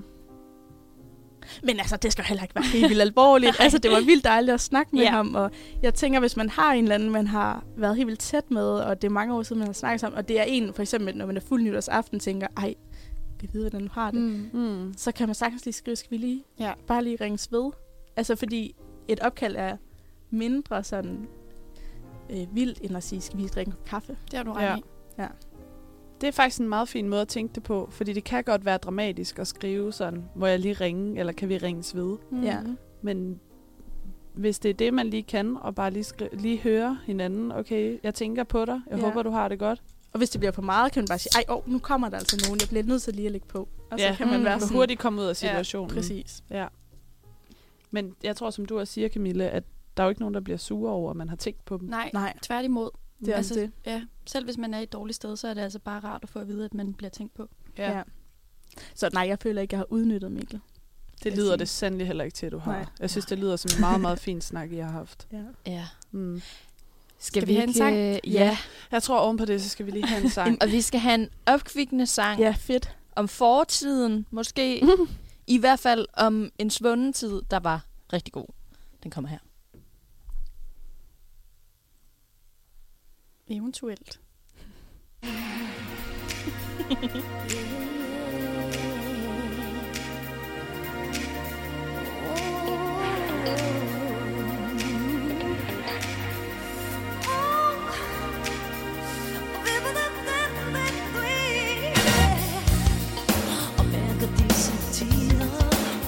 S4: Men altså, det skal jo heller ikke være helt vildt alvorligt. Altså, det var vildt dejligt at snakke med
S3: Ja.
S4: ham, og jeg tænker, hvis man har en eller anden, man har været helt vildt tæt med, og det er mange år siden, man har snakket sammen, og det er en, for eksempel, når man er fuld nytårsaften, tænker, ej, jeg ved, hvordan du har det.
S3: Mm.
S2: Mm.
S4: Så kan man sagtens lige skrive, skal vi lige
S3: Ja.
S4: bare lige ringes ved. Altså, fordi et opkald er mindre sådan øh, vildt, end at sige, skal vi drikke en kop kaffe?
S3: Det har du
S2: Ja.
S3: ret i.
S2: Det er faktisk en meget fin måde at tænke det på, fordi det kan godt være dramatisk at skrive sådan, må jeg lige ringe, eller kan vi ringes ved?
S3: Mm.
S4: Ja.
S2: Men hvis det er det, man lige kan, og bare lige, skri- lige høre hinanden, okay, jeg tænker på dig, jeg
S4: Ja.
S2: håber, du har det godt.
S4: Og hvis det bliver for meget, kan man bare sige, ej, åh, nu kommer der altså nogen, jeg bliver nødt til lige at lægge på. Og så
S2: Ja.
S4: kan man
S3: Mm.
S4: være
S2: Og
S4: sådan,
S2: hurtigt komme ud af situationen.
S4: Ja, præcis.
S2: Ja. Men jeg tror, som du også siger, Camille, at der er jo ikke nogen, der bliver sure over, at man har tænkt på dem.
S3: Nej,
S4: Nej,
S3: tværtimod.
S4: det er altså, det.
S3: Ja, selv hvis man er i et dårligt sted, så er det altså bare rart at få at vide, at man bliver tænkt på.
S2: Ja.
S4: Ja. Så nej, jeg føler ikke, jeg har udnyttet Mikkel.
S2: Det
S4: jeg
S2: lyder
S4: sige.
S2: det sandelig heller ikke til, at du har.
S4: Nej.
S2: Jeg synes, det lyder som en meget, meget fin snak, I har haft.
S4: Ja.
S5: Ja.
S2: Mm.
S5: Skal,
S3: Skal vi have en sang?
S5: ikke, Ja.
S2: Jeg tror, oven på det, så skal vi lige have en sang.
S5: Og vi skal have en opkvikkende sang
S4: Ja, fedt.
S5: om fortiden, måske. I hvert fald om en svunden tid, der var rigtig god. Den kommer her.
S3: Eventuelt.
S7: Og mærker disse tider,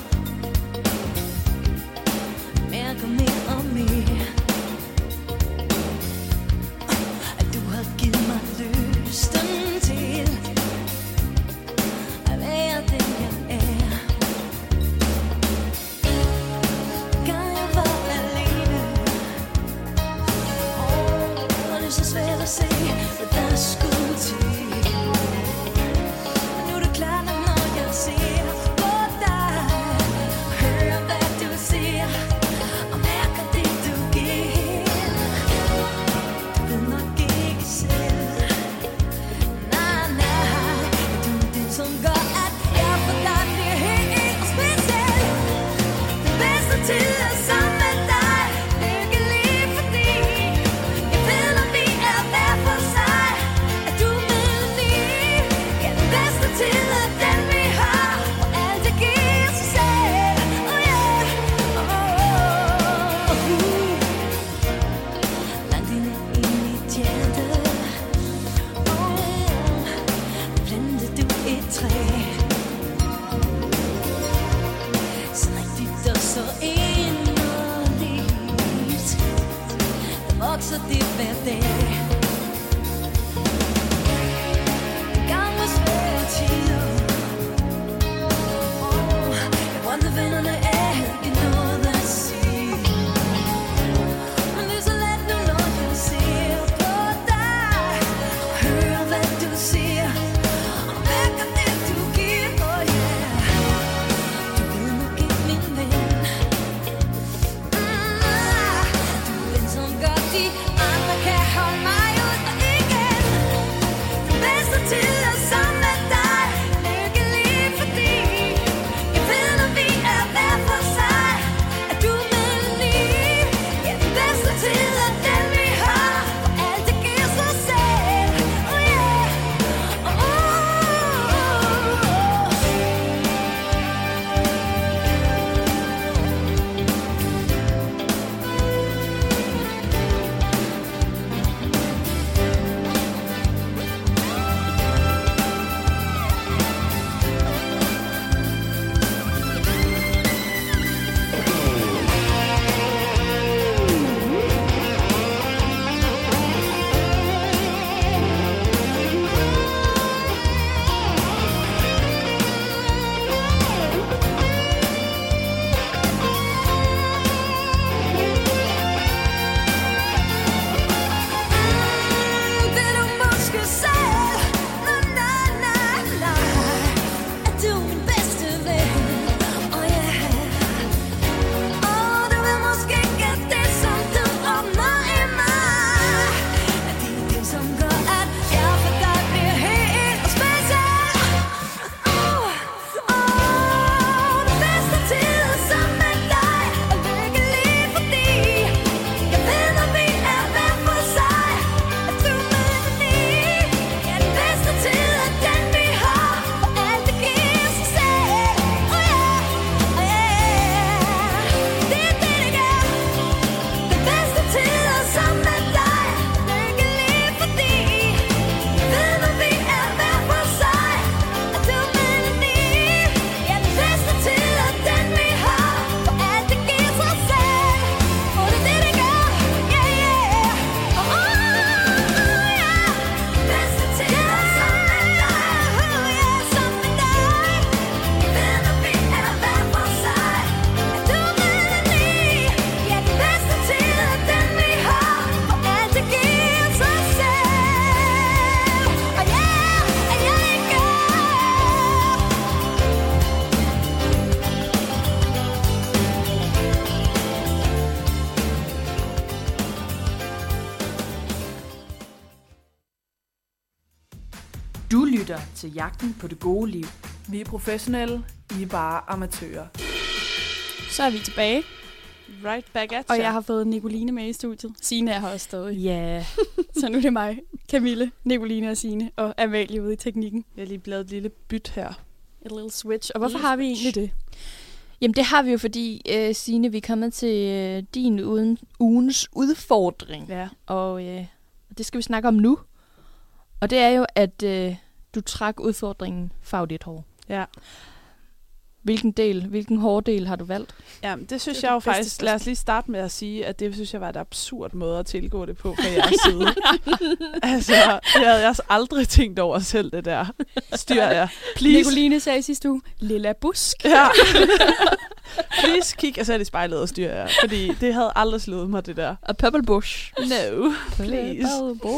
S7: mærker mere og mere, at du har givet mig lysten til positiv hver dag. Gang med svære tider. Åh, jeg brændte vennerne af, ikke noget at sige. Men det er så let nu, når jeg ser på dig og hører, hvad du siger. Og mærker det, du giver, oh yeah. Du ved nok ikke, min ven. Du er ven, som gør de andre kan holde mig ud og igen. Det bedste til at sammen med dig. Lykkelig fordi jeg ved, når vi er hver for sig, at du med lige. Ja, det bedste til at den vi har, og alt det giver sig selv. Oh yeah, oh, oh, vil du måske selv? Nej, nej, nej, nej. Er du min bedste ven? Oh yeah. Og du vil måske gætte det, som du opnår i mig. At det er det, som gør, at jeg for dig bliver helt og speciel. Oh, oh, det bedste tid sammen med dig. Og lykkelig fordi jeg ved, når vi er hver for sig, at du med lige. Ja, det bedste tid er den vi har, og alt det giver sig selv. Oh yeah, oh yeah. Det er det, det gør. Det bedste tid er sammen med dig. Lykkelig fordi jeg ved, når vi er hver for sig, at du med lige. Ja, det bedste tid er den vi har, og alt det giver sig selv. Og det er det, det gør. Yeah, yeah. Oh, oh, yeah. Bedste tid er sammen med dig. Oh, yeah, sammen med dig. Jeg ved, når vi er hver for sig, at du med lige. Ja, det bedste tid er den vi har, og alt det giver sig selv. Og yeah, at jeg ikke gør.
S8: Du lytter til Jagten på det gode liv.
S2: Vi er professionelle, I er bare amatører.
S3: Så er vi tilbage,
S2: Right back at
S3: og
S2: ya.
S3: jeg har fået Nicoline med i studiet. Signe er her også stadig.
S5: Ja,
S3: Så nu er det mig, Camille, Nicoline og Signe og Amalie ude i teknikken.
S2: Jeg har lige lavet et lille byt her.
S3: Et lille switch. Og hvorfor
S5: Lille
S3: har vi
S5: switch.
S3: egentlig det?
S5: jamen det har vi jo, fordi øh, Signe, vi er kommet til øh, din uden, ugens udfordring.
S2: Ja.
S5: Og øh, det skal vi snakke om nu. Og det er jo, at øh, du trak udfordringen farve dit hår.
S2: Ja.
S5: Hvilken del, hvilken hårdel har du valgt?
S2: Ja, det synes
S3: Det er
S2: jeg jo
S3: det bedste
S2: faktisk, lad os lige starte med at sige, at det synes jeg var et absurd måde at tilgå det på fra jeres side. Altså, det havde jeg også aldrig tænkt over selv, det der. Styr jer. Please.
S3: Nicoline sagde sidste uge, lilla busk.
S2: Ja. Please kig jer selv i spejlet og styr jer. Fordi det havde aldrig slået mig, det der.
S5: A purple bush.
S2: No, please.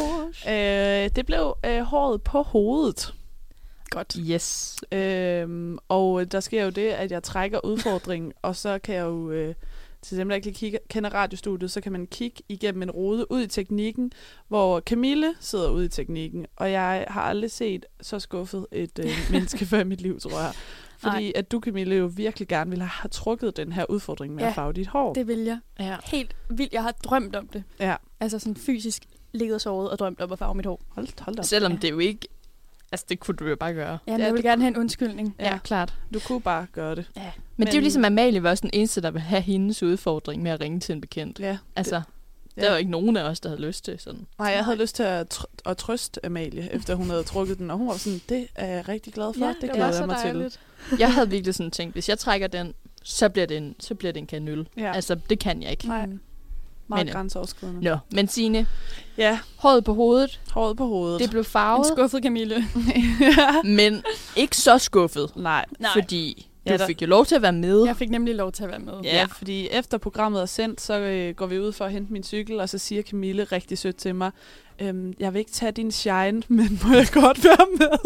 S2: Øh, det blev øh, håret på hovedet.
S3: Godt.
S5: Yes.
S2: Øhm, og der sker jo det, at jeg trækker udfordringen, og så kan jeg jo, øh, til dem, der ikke kigge, kender radiostudiet, så kan man kigge igennem en rude ud i teknikken, hvor Camille sidder ude i teknikken, og jeg har aldrig set så skuffet et øh, menneske før i mit liv, tror jeg. Fordi
S3: Nej.
S2: at du, Camille, jo virkelig gerne ville have trukket den her udfordring med
S3: Ja,
S2: at farve dit hår.
S3: Det vil jeg.
S5: Ja.
S3: Helt vildt. Jeg har drømt om det.
S2: Ja.
S3: Altså sådan fysisk ligget og sovet og drømt om at farve mit hår.
S2: Hold, hold da op.
S5: Selvom
S3: Ja.
S5: det jo ikke... Altså, det kunne du jo bare gøre.
S3: Jamen,
S2: Ja,
S3: jeg vil
S2: du-
S3: gerne have en undskyldning.
S5: Ja, ja klart.
S2: Du kunne bare gøre det.
S5: Ja. Men, Men
S2: Men-
S5: det er jo ligesom, at Amalie var også den eneste, der ville have hendes udfordring med at ringe til en bekendt.
S2: Ja.
S5: Altså,
S2: Ja.
S5: der var jo ikke nogen af os, der havde lyst til sådan.
S2: Nej, jeg havde lyst til at, tr- at trøste Amalie, efter hun havde trukket den, og hun var sådan, det er jeg rigtig glad for,
S3: Ja,
S2: det
S3: det
S2: glæder
S3: var
S2: jeg
S3: så
S2: mig
S3: dejligt.
S2: til.
S5: Jeg havde virkelig sådan tænkt, hvis jeg trækker den, så bliver det en, så bliver det en kanøl.
S2: Ja.
S5: Altså, det kan jeg ikke.
S2: Nej.
S3: Mm.
S2: Meget
S5: Men, øh,
S2: grænseoverskridende.
S5: Nå, men Signe,
S2: Ja,
S5: håret på hovedet,
S2: håret på hovedet.
S5: det blev
S3: En
S5: farvet,
S3: skuffet Camille.
S5: men ikke så skuffet,
S2: Nej.
S3: Nej.
S5: fordi
S2: Ja,
S5: du
S2: der-
S5: fik jo lov til at være med.
S3: Jeg fik nemlig lov til at være med.
S2: Ja, fordi efter programmet er sendt, så øh, går vi ud for at hente min cykel, og så siger Camille rigtig sødt til mig, øhm, jeg vil ikke tage din shine, men må jeg godt være med?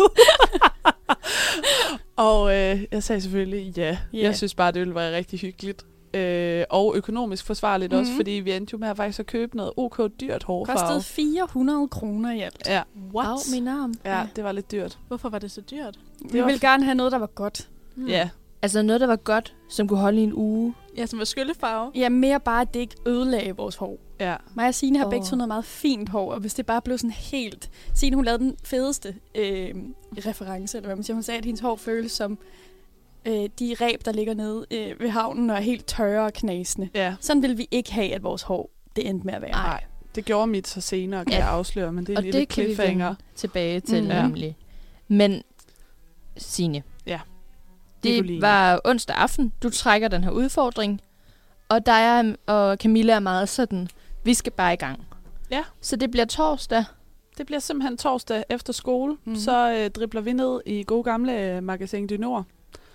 S2: Og øh, jeg sagde selvfølgelig ja.
S3: Ja.
S2: Jeg synes bare, det ville være rigtig hyggeligt. Øh, og økonomisk forsvarligt mm-hmm. også,
S3: Mhm.
S2: fordi vi endte jo med at faktisk at købe noget OK dyrt hårfarve.
S3: Kostede fire hundrede kroner i alt.
S2: Ja,
S5: Au, min arm.
S2: ja, det var lidt dyrt.
S4: Hvorfor var det så dyrt?
S3: Vi
S2: var
S3: ville gerne have noget, der var godt.
S4: Hmm.
S2: Ja,
S5: Altså noget, der var godt, som kunne holde i en uge.
S4: Ja, som var skyllefarve.
S3: Ja, mere bare, at det ikke ødelagde vores hår.
S2: ja.
S3: Mig og Signe har
S5: Åh.
S3: begge to noget meget fint hår, og hvis det bare blev sådan helt... Signe, hun lavede den fedeste øh, reference, eller hvad man siger. Hun sagde, at hendes hår føles som øh, de reb, der ligger nede øh, ved havnen og er helt tørre og knasende.
S2: ja.
S3: Sådan ville vi ikke have, at vores hår det endte med at være.
S2: Nej, det gjorde mit så senere, kan
S5: Ja.
S2: jeg afsløre, men det er
S5: Og
S2: en lille
S5: det kan vi
S2: cliffhanger.
S5: vende tilbage til,
S3: Mm.
S5: mm. nemlig. Men, Signe,
S2: Ja.
S5: det
S2: Nicoline.
S5: var onsdag aften, du trækker den her udfordring, og dig og Camilla er meget sådan, vi skal bare i gang.
S2: Ja.
S5: Så det bliver torsdag.
S2: Det bliver simpelthen torsdag efter skole.
S3: Mhm.
S2: Mm-hmm. Så øh, dribler vi ned i gode gamle øh, Magasin du Nord.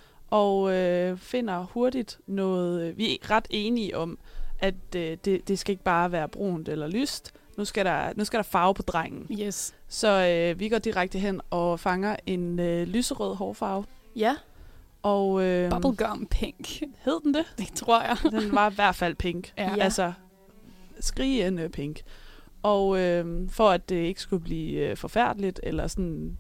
S2: Og øh, finder hurtigt noget... Øh, vi er ret enige om, at øh, det, det skal ikke bare være brunt eller lyst. Nu skal der, nu skal der farve på drengen.
S3: Yes.
S2: Så øh, vi går direkte hen og fanger en øh, lyserød hårfarve.
S5: Ja.
S2: Og øh,
S3: Bubblegum pink.
S2: hed den det?
S3: Det tror jeg.
S2: Den var i hvert fald pink.
S3: Ja.
S2: Altså skrigende pink. Og øh, for at det ikke skulle blive øh, forfærdeligt, eller sådan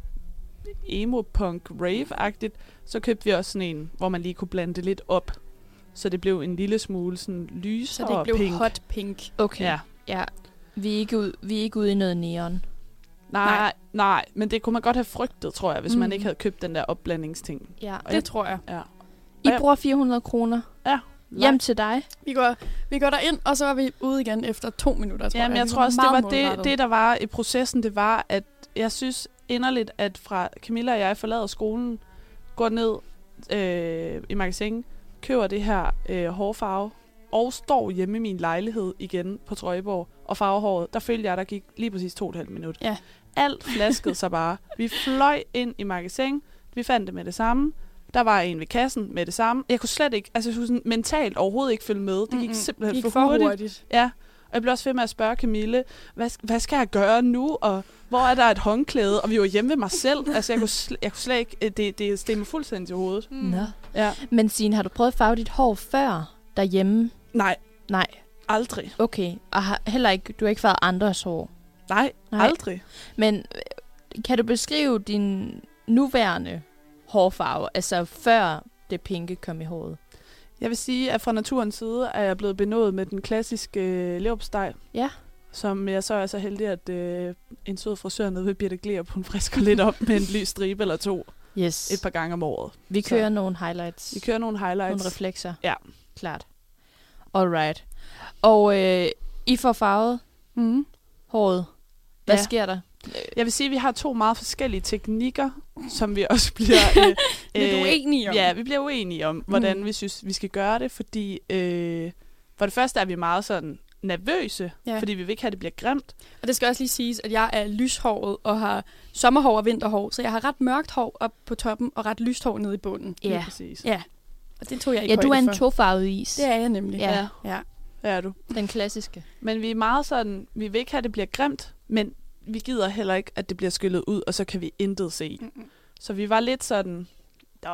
S2: emo-punk rave-agtigt, så købte vi også sådan en, hvor man lige kunne blande det lidt op. Så det blev en lille smule sådan lys
S3: Så det ikke
S2: og
S3: blev
S2: pink.
S3: hot pink.
S5: Okay.
S2: Ja.
S5: ja. Vi, er ikke ud, vi er ikke ude i noget neon.
S2: Nej, nej, nej, men det kunne man godt have frygtet, tror jeg, hvis mm. man
S3: Mm.
S2: ikke havde købt den der opblandingsting.
S5: Ja.
S2: Og
S3: Det
S2: jeg-
S3: tror jeg.
S2: Ja.
S5: I
S2: Ja.
S5: bruger fire hundrede kroner
S2: Ja.
S5: hjem til dig.
S3: Vi går, vi går derind, og så er vi ude igen efter to minutter, tror
S2: Ja,
S3: jeg.
S2: men jeg
S3: Vi
S2: tror også, det
S3: meget
S2: var det,
S3: målrettet.
S2: det, der var i processen, det var, at jeg synes inderligt, at fra Camilla og jeg forlader skolen, går ned øh, i magasin, køber det her øh, hårfarve, og står hjemme i min lejlighed igen på Trøjborg og farver håret. Der følte jeg, der gik lige præcis to og et halvt minut.
S3: Ja.
S2: Alt flaskede sig bare. Vi fløj ind i magasin, vi fandt det med det samme. Der var en ved kassen med det samme. Jeg kunne slet ikke, altså jeg kunne sådan mentalt overhovedet ikke følge med. Det gik
S3: Mm-mm.
S2: simpelthen
S3: Gik
S2: for,
S3: for
S2: hurtigt.
S3: hurtigt.
S2: Ja, og jeg blev også ved med at spørge Camille, hvad, sk- hvad skal jeg gøre nu, og hvor er der et håndklæde? Og vi var hjemme ved mig selv. Altså, jeg kunne, sl- jeg kunne slet ikke, øh, det, det stemte fuldstændig i hovedet.
S3: Mm.
S5: Nå.
S2: Ja.
S5: Men Signe, har du prøvet at farve dit hår før derhjemme?
S2: Nej,
S5: Nej.
S2: aldrig.
S5: Okay. Og har heller ikke, du har ikke farvet andres hår?
S2: Nej,
S5: Nej.
S2: aldrig.
S5: Men øh, kan du beskrive din nuværende hårfarve, altså før det pinke kom i håret?
S2: Jeg vil sige, at fra naturens side er jeg blevet benådet med den klassiske øh, leverpostej.
S5: Ja.
S2: Som jeg så er så heldig, at øh, en sød frisør nede ved Birte Glerup, hun frisker lidt op med en lys stribe eller to
S5: Yes.
S2: et par gange om året.
S5: Vi
S2: Så-
S5: kører nogle highlights.
S2: Vi kører nogle highlights.
S5: Nogle reflekser.
S2: Ja.
S5: Klart. Alright. Og øh, I får farvet
S2: Mm-hmm.
S5: håret. Hvad
S2: Ja.
S5: sker der?
S2: Jeg vil sige, at vi har to meget forskellige teknikker, som vi også bliver... Øh,
S3: Lidt
S2: øh,
S3: uenige om.
S2: Ja, vi bliver uenige om, hvordan
S3: Mm.
S2: vi synes, vi skal gøre det, fordi øh, for det første er vi meget sådan nervøse,
S3: Ja.
S2: fordi vi vil ikke have, at det bliver grimt.
S3: Og det skal også lige siges, at jeg er lyshåret og har sommerhår og vinterhår, så jeg har ret mørkt hår op på toppen og ret lyst hår nede i bunden.
S2: Lige
S5: Ja.
S2: præcis.
S3: Ja, og det tog jeg ikke
S5: Ja, du er
S3: højde
S5: en
S3: for.
S5: tofarvet is.
S3: Det er jeg nemlig.
S5: Ja.
S3: ja.
S2: Det er du.
S5: Den klassiske.
S2: Men vi er meget sådan, vi vil ikke have, at det bliver grimt, men vi gider heller ikke, at det bliver skyllet ud, og så kan vi intet se.
S3: Mm-mm.
S2: Så vi var lidt sådan... Åh,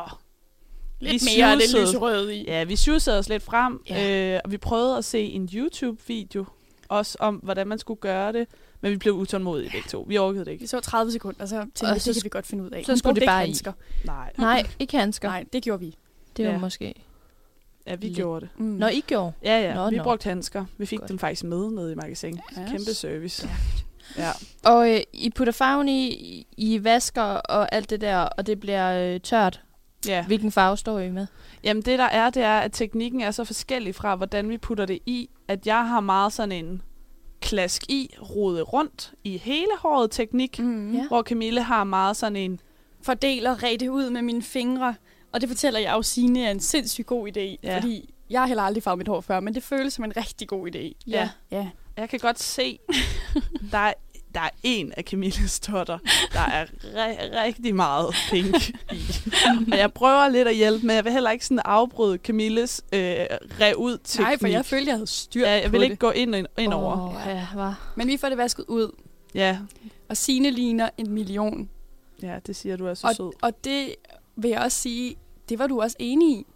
S3: Lidt
S2: Vi
S3: mere af det
S2: sjusede.
S3: lyserøde i.
S2: ja, vi sjusede os lidt frem,
S5: Ja.
S2: øh, og vi prøvede at se en YouTube-video, også om, hvordan man skulle gøre det, men vi blev utålmodige begge to. Vi orkede det
S3: Vi
S2: ikke.
S3: så tredive sekunder, så tænkte
S5: Og
S3: vi,
S5: så
S3: det kan
S5: sk-
S3: vi godt finde ud af.
S5: så
S3: Hun
S5: skulle
S3: brugte
S5: det
S3: ikke
S5: bare i.
S3: handsker.
S2: Nej,
S5: Nej, ikke handsker.
S3: Nej, det gjorde vi.
S5: Det var
S2: Ja.
S5: måske...
S2: ja, vi
S5: Lidt.
S2: gjorde det.
S3: Mm.
S5: Når I gjorde.
S2: Ja, ja,
S5: Nå,
S2: vi
S5: nå.
S2: brugte handsker. Vi fik
S5: Godt.
S2: dem faktisk med nede i magasin.
S3: Ja.
S2: Kæmpe service. Ja.
S5: Og øh, I putter farven i, I vasker og alt det der, og det bliver øh, tørt.
S2: ja.
S5: Hvilken farve står I med?
S2: Jamen det der er, det er, at teknikken er så forskellig fra, hvordan vi putter det i, at jeg har meget sådan en klask i, rode rundt i hele håret teknik,
S3: Mm.
S5: Ja.
S2: hvor Camille har meget sådan en,
S3: Fordeler rigtig ud med mine fingre, og det fortæller jeg jo Signe er en sindssygt god idé,
S2: Ja.
S3: fordi jeg har heller aldrig farvet mit hår før, men det føles som en rigtig god idé.
S2: Ja.
S3: Ja.
S2: Jeg kan godt se, der er, der er en af Camilles totter, der er re- rigtig meget pink i. Og jeg prøver lidt at hjælpe, men jeg vil heller ikke sådan afbryde Camilles øh, rev ud teknik.
S3: Nej, for jeg følte, jeg havde styr
S2: ja, jeg
S3: på
S2: vil
S3: det.
S2: ikke gå ind, ind, ind over.
S5: Åh, ja, var.
S3: Men vi får det vasket ud.
S2: Ja.
S3: Og Signe ligner en million.
S2: ja, det siger du er så
S3: Og,
S2: sød.
S3: og det vil jeg også sige, det var du også enig i.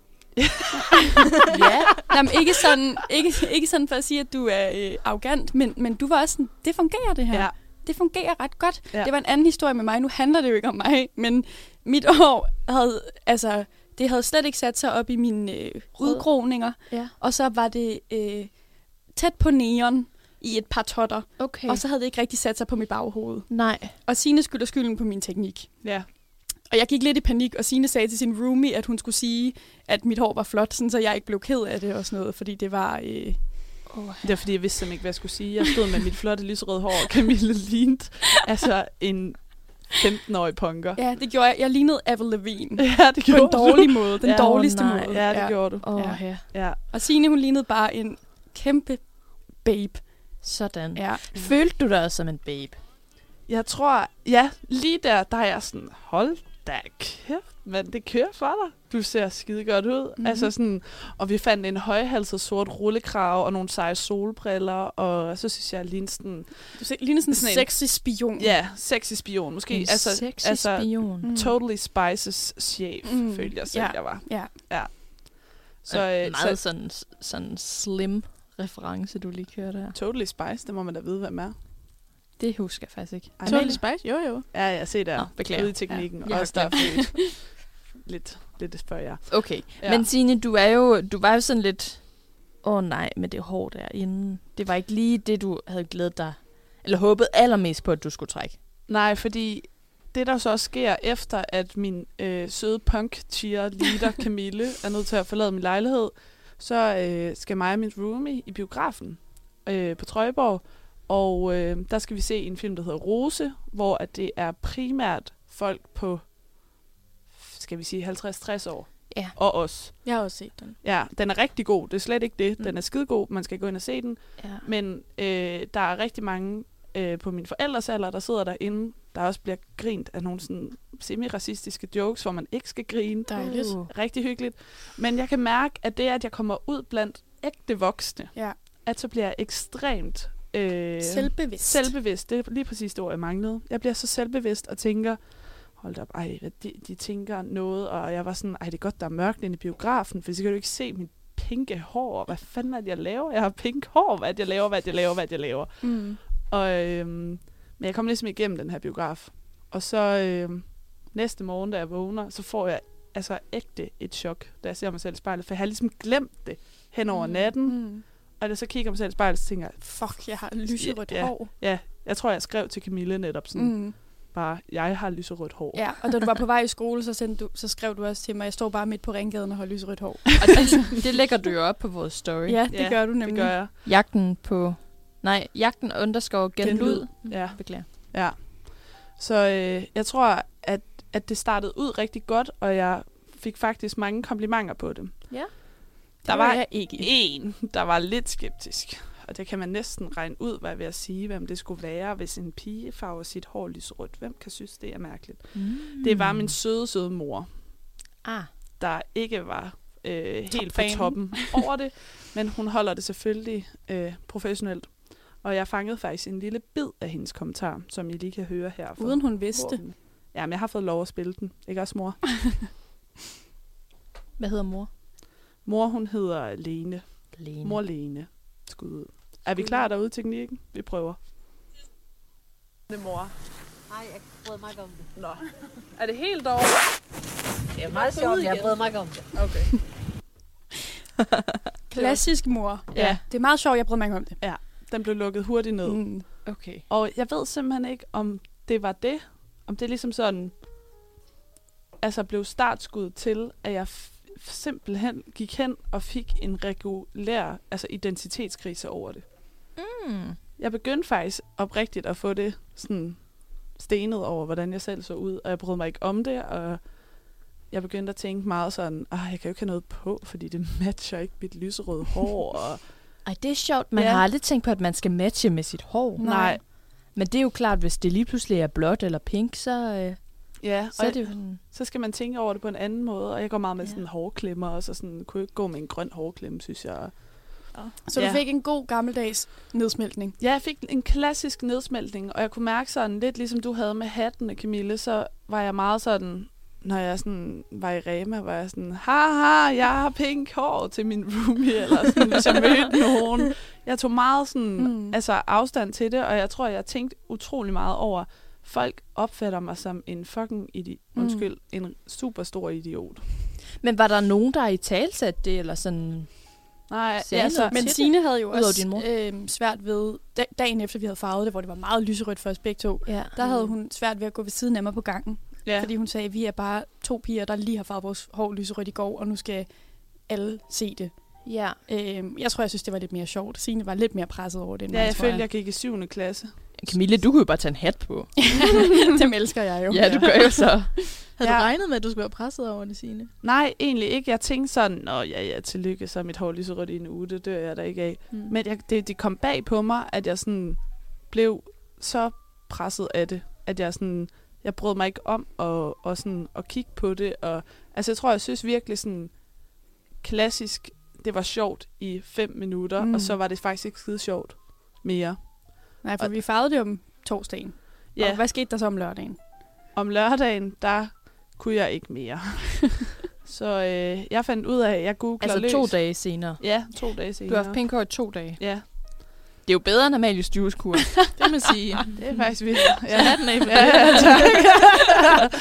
S5: Ja.
S3: Jamen, ikke sådan, ikke, ikke sådan for at sige, at du er øh, arrogant, men, men du var også sådan, det fungerer det her.
S2: Ja.
S3: Det fungerer ret godt.
S2: Ja.
S3: Det var en anden historie med mig. Nu handler det jo ikke om mig, men mit hår havde, altså, det havde slet ikke sat sig op i mine øh, udgroninger.
S5: Ja.
S3: Og så var det øh, tæt på neon i et par totter.
S5: Okay.
S3: Og så havde det ikke rigtig sat sig på mit baghoved.
S5: Nej.
S3: Og Signe skylder skylden på min teknik.
S2: Ja.
S3: Og jeg gik lidt i panik, og Signe sagde til sin roomie, at hun skulle sige, at mit hår var flot, sådan, så jeg ikke blev ked af det og sådan noget, fordi det var... Øh...
S5: Oh,
S2: Det er fordi, jeg vidste simpelthen ikke, hvad jeg skulle sige. Jeg stod med mit flotte lyserøde hår, og Camille lignede altså en femten-årig punker.
S3: Ja, det gjorde jeg. Jeg lignede Avril Lavigne.
S2: Ja, det
S3: På
S2: gjorde
S3: en dårlig måde. Den
S2: Ja,
S3: dårligste
S5: åh nej.
S3: måde.
S2: Ja, det gjorde du.
S5: oh,
S3: Ja.
S5: ja.
S2: Ja.
S3: Og Signe, hun lignede bare en kæmpe babe.
S5: Sådan.
S3: Ja.
S5: Følte du dig også som en babe?
S2: Jeg tror, ja, lige der, der er jeg sådan, hold da kæft, men det kører for dig. Du ser skide godt ud.
S3: Mhm.
S2: Mm-hmm. Altså sådan, og vi fandt en højhalset sort rullekrave og nogle seje solbriller, og så synes jeg, lige sådan,
S3: Du ser, ligner sådan en
S2: Sådan en-
S3: sexy spion.
S2: ja, sexy spion. Måske,
S5: En
S2: altså,
S5: sexy
S2: altså
S5: spion.
S3: Mm.
S2: Totally Spices chef,
S3: Mm.
S2: mm. følte jeg selv,
S3: Ja.
S2: jeg var.
S3: Ja.
S2: Så,
S5: Så,
S2: øh,
S5: meget
S2: så
S5: sådan, sådan slim reference, du lige kørte her.
S2: Totally Spice, det må man da vide, hvem er.
S5: Det husker jeg faktisk ikke.
S2: Ej,
S4: Totally
S2: men-
S4: Spice? Jo, jo.
S2: Ja, ja, se der.
S5: Nå, beklager.
S2: Ude i teknikken.
S5: Ja.
S2: Ja.
S5: Jeg har
S2: Også der er født. lidt, lidt før jeg.
S5: Okay,
S2: Ja.
S5: men Signe, du, er jo, du var jo sådan lidt... Åh oh, nej, med det hår derinde. Det var ikke lige det, du havde glædet dig... Eller håbet allermest på, at du skulle trække.
S2: Nej, fordi det, der så også sker efter, at min øh, søde punk-cheerleader Camille er nødt til at forlade min lejlighed, så øh, skal mig og min roomie i biografen øh, på Trøjborg, og øh, der skal vi se en film, der hedder Rose, hvor at det er primært folk på, skal vi sige, halvtreds tres år.
S5: Ja.
S2: Og os.
S4: Jeg har også set den.
S2: Ja, den er rigtig god. Det er slet ikke det. Den
S5: Mm.
S2: er skidegod. Man skal gå ind og se den.
S5: Ja.
S2: Men øh, der er rigtig mange øh, på mine forældres alder, der sidder derinde, der også bliver grint af nogle sådan semi-racistiske jokes, hvor man ikke skal grine.
S3: Dejligt.
S5: Uh.
S2: Rigtig hyggeligt. Men jeg kan mærke, at det, at jeg kommer ud blandt ægte voksne,
S3: Ja.
S2: at så bliver jeg ekstremt øh,
S3: Selvbevidst.
S2: selvbevidst. Det er lige præcis det ord, jeg manglede. Jeg bliver så selvbevidst og tænker, hold da op, ej, hvad de, de tænker noget, og jeg var sådan, ej, det er godt, der er mørkt inde i biografen, for så kan du ikke se mit pinke hår. Hvad fanden er det, jeg laver? Jeg har pink hår. Hvad er det, jeg laver? Hvad er det, jeg laver? Hvad er det, jeg laver?
S3: Mm.
S2: Og, øhm, men jeg kom ligesom igennem den her biograf. Og så øhm, næste morgen, da jeg vågner, så får jeg altså ægte et chok, da jeg ser mig selv i spejlet. For jeg har ligesom glemt det hen over
S3: Mm.
S2: natten.
S3: Mm.
S2: Og da jeg så kigger mig selv i spejlet, så tænker jeg,
S3: Fuck, jeg har lyserødt
S2: Ja.
S3: hår.
S2: ja, jeg tror, jeg skrev til Camille netop sådan, mm.
S3: Mm.
S2: bare, jeg har lyserødt hår.
S3: Ja, og da du var på vej i skole, så, sendte du, så skrev du også til mig, jeg står bare midt på ringgaden og har lyserødt hår.
S5: Og det, det lægger du jo op på vores story.
S3: Ja, det
S2: Ja,
S3: gør du nemlig.
S2: Det gør jeg.
S5: Jagten på... Nej, jagten underscore genlyd.
S2: Ja.
S5: Beklager.
S2: Ja. Så øh, jeg tror, at, at det startede ud rigtig godt, og jeg fik faktisk mange komplimenter på det.
S5: Ja.
S2: Der
S3: var
S2: var
S3: jeg ikke.
S2: en, der var lidt skeptisk. Og det kan man næsten regne ud, hvad jeg vil at sige, hvem det skulle være, hvis en pige farver sit hår lyserødt. Hvem kan synes, det er mærkeligt?
S5: Mm.
S2: Det var min søde, søde mor,
S5: Ah.
S2: der ikke var øh, helt på
S3: Topfanen.
S2: toppen over det, men hun holder det selvfølgelig øh, professionelt. Og jeg fangede faktisk en lille bid af hendes kommentar, som I lige kan høre her. fra
S3: Uden hun vidste.
S2: Morten. Jamen, jeg har fået lov at spille den. Ikke også, mor?
S5: Hvad hedder mor?
S2: Mor, hun hedder Lene.
S5: Lene.
S2: Mor Lene. Skud ud. Er vi klar derude, teknikken? Vi prøver. Det mor.
S9: Nej, jeg bryder mig ikke om det.
S2: Nå. Er det helt over?
S9: Det er meget sjovt, jeg bryder mig ikke om det.
S2: Okay.
S3: Klassisk mor.
S2: Ja.
S3: Det er meget sjovt, jeg bryder mig ikke om det.
S2: Den blev lukket hurtigt ned. Mm.
S3: Mm.
S5: Okay.
S2: Og jeg ved simpelthen ikke, om det var det. Om det ligesom sådan... Altså blev startskud til, at jeg f- simpelthen gik hen og fik en regulær altså identitetskrise over det.
S5: Mm.
S2: Jeg begyndte faktisk oprigtigt at få det sådan stenet over, hvordan jeg selv så ud, og jeg brød mig ikke om det, og jeg begyndte at tænke meget sådan, ah, jeg kan jo ikke have noget på, fordi det matcher ikke mit lyserøde hår. Og
S5: Ej, det er sjovt. Man
S2: Ja.
S5: har aldrig tænkt på, at man skal matche med sit hår.
S2: nej,
S5: Men det er jo klart, hvis det lige pludselig er blåt eller pink, så, øh,
S2: ja,
S5: så
S2: og
S5: er det jo sådan...
S2: så skal man tænke over det på en anden måde. Og jeg går meget med
S5: Ja.
S2: sådan hårklemmer, og så sådan, kunne jeg ikke gå med en grøn hårklemme, synes jeg.
S3: Så
S2: Ja.
S3: du fik en god gammeldags nedsmeltning.
S2: Ja, jeg fik en klassisk nedsmeltning, og jeg kunne mærke sådan, lidt ligesom du havde med hattene, Camille, så var jeg meget sådan, når jeg sådan var i Rema, var jeg sådan, haha, jeg har pink hår til min roomie, eller sådan, hvis jeg mødte nogen. Jeg tog meget sådan,
S3: Mm.
S2: mm. altså afstand til det, og jeg tror, jeg tænkte utrolig meget over, folk opfatter mig som en fucking idiot,
S3: Mm.
S2: undskyld, en super stor idiot.
S5: Men var der nogen, der i talsat det, eller sådan...
S2: Nej,
S5: Sagde
S2: altså,
S5: noget
S3: Men
S5: til
S3: Signe havde jo
S5: Udover
S3: også
S5: din mor.
S3: øh, svært ved, da, dagen efter vi havde farvet det, hvor det var meget lyserødt for os begge to,
S5: Ja.
S3: der havde hun svært ved at gå ved siden af mig på gangen.
S2: ja.
S3: Fordi hun sagde, at vi er bare to piger, der lige har farvet vores hår lyserødt i går, og nu skal alle se det.
S5: Ja.
S3: Øh, jeg tror, jeg synes, det var lidt mere sjovt. Signe var lidt mere presset over det, end
S2: ja,
S3: mig,
S2: jeg
S3: tror
S2: følte, jeg gik i syvende klasse.
S5: Camille, du kunne jo bare tage en hat på.
S3: Dem elsker jeg jo.
S5: Ja, du gør jo så.
S4: Havde
S2: Ja.
S4: du regnet med, at du skulle være presset over det, Signe?
S2: Nej, egentlig ikke. Jeg tænkte sådan, nå ja, ja, tillykke, så er mit hår lige så rødt i en uge, det dør jeg da ikke af.
S4: Mm.
S2: Men jeg, det, det kom bag på mig, at jeg sådan blev så presset af det, at jeg sådan, jeg brød mig ikke om at, og sådan, at kigge på det. Og, altså jeg tror, jeg synes virkelig sådan klassisk, det var sjovt i fem minutter,
S3: Mm.
S2: mm. og så var det faktisk ikke skide sjovt mere.
S3: Nej, for vi farvede det om torsdagen.
S2: Ja,
S3: Og hvad skete der så om lørdagen?
S2: om lørdagen, der kunne jeg ikke mere. så øh, jeg fandt ud af, at jeg googler
S5: Altså
S2: løs.
S5: to dage senere.
S2: Ja, to dage senere.
S5: Du har haft pink hår i to dage.
S2: Ja,
S5: Det er jo bedre end Amalie Stues kur.
S4: Det må sige.
S2: det er faktisk vildt.
S4: Så hatten af for
S2: Ja, ja,
S4: det.
S2: tak.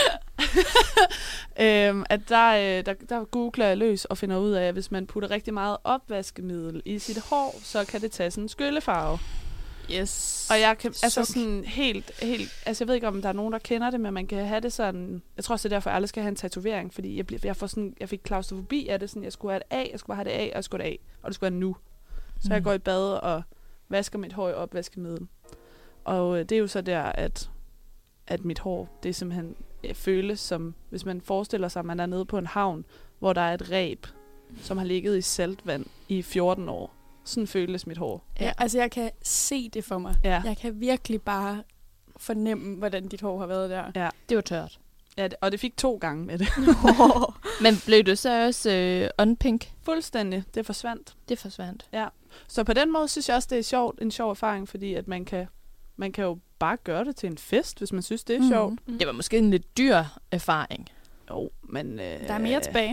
S2: øhm, at der, øh, der, der googler jeg løs og finder ud af, at hvis man putter rigtig meget opvaskemiddel i sit hår, så kan det tage sådan en skyllefarve.
S5: Yes.
S2: Og jeg kan, altså
S3: Suk.
S2: sådan helt, helt, altså jeg ved ikke, om der er nogen, der kender det, men man kan have det sådan, jeg tror også, det er derfor, at alle skal have en tatovering, fordi jeg, bliver, jeg, får sådan, jeg fik klaustrofobi af det, sådan, jeg skulle have det af, jeg skulle bare have det af, og jeg skulle have det af, og det skulle være nu. Så
S5: Mm.
S2: jeg går i bad og vasker mit hår i opvaskemiddel. Og øh, det er jo så der, at, at mit hår, det er simpelthen øh, føles som, hvis man forestiller sig, at man er nede på en havn, hvor der er et reb, som har ligget i saltvand i fjorten år. Sådan føles mit hår.
S3: Ja, altså jeg kan se det for mig.
S2: Ja,
S3: Jeg kan virkelig bare fornemme, hvordan dit hår har været der.
S5: Det var tørt.
S2: ja det, og det fik to gange med det.
S5: Men blev du så også øh, unpink?
S2: Fuldstændig. Det forsvandt.
S5: Det forsvandt.
S2: Så på den måde synes jeg også, det er sjovt, en sjov erfaring, fordi at man kan, man kan jo bare gøre det til en fest, hvis man synes, det er
S3: Mhm.
S2: sjovt.
S5: Det var måske en lidt dyr erfaring.
S2: Jo, men... Øh,
S3: Der er mere tilbage.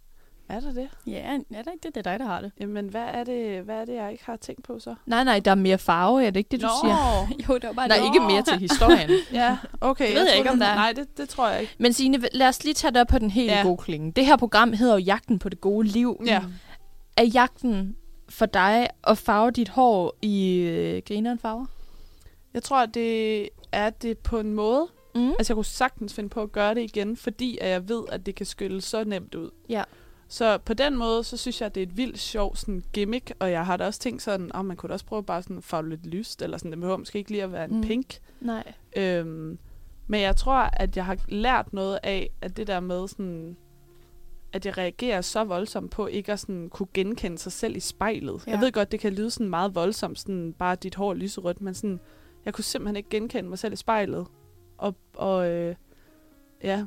S2: Er der det?
S3: Ja, er der ikke det? Det er dig, der har det.
S2: Jamen, hvad er det, hvad er det jeg ikke har tænkt på så?
S5: Nej, nej, der er mere farve, er det ikke det, du siger?
S3: Jo, det var bare
S5: Nej,
S3: det.
S5: ikke mere til historien.
S2: Ja, okay.
S3: Det ved jeg ikke, om
S2: troede,
S3: der er.
S2: Nej, det, det tror jeg ikke.
S5: Men Signe, lad os lige tage det op på den helt
S2: Ja.
S5: ja. gode klinge. Det her program hedder jo Jagten på det gode liv.
S2: Ja.
S5: Er jagten for dig at farve dit hår i øh, grineren farver?
S2: Jeg tror, at det er det på en måde.
S5: Mm.
S2: Altså, jeg kunne sagtens finde på at gøre det igen, fordi at jeg ved, at det kan skylle så nemt ud.
S5: Ja.
S2: Så på den måde, så synes jeg, at det er et vildt sjovt sådan, gimmick, og jeg har da også tænkt sådan, at oh, man kunne da også prøve bare sådan at farve lidt lyst, eller sådan, det behøver måske ikke lige at være en
S5: Mm.
S2: pink.
S5: Nej.
S2: Øhm, men jeg tror, at jeg har lært noget af, at det der med sådan, at jeg reagerer så voldsomt på ikke at sådan kunne genkende sig selv i spejlet.
S3: Ja.
S2: Jeg ved godt, det kan lyde sådan meget voldsomt, sådan bare dit hår er lyserødt, men sådan, jeg kunne simpelthen ikke genkende mig selv i spejlet. Og, og øh, ja,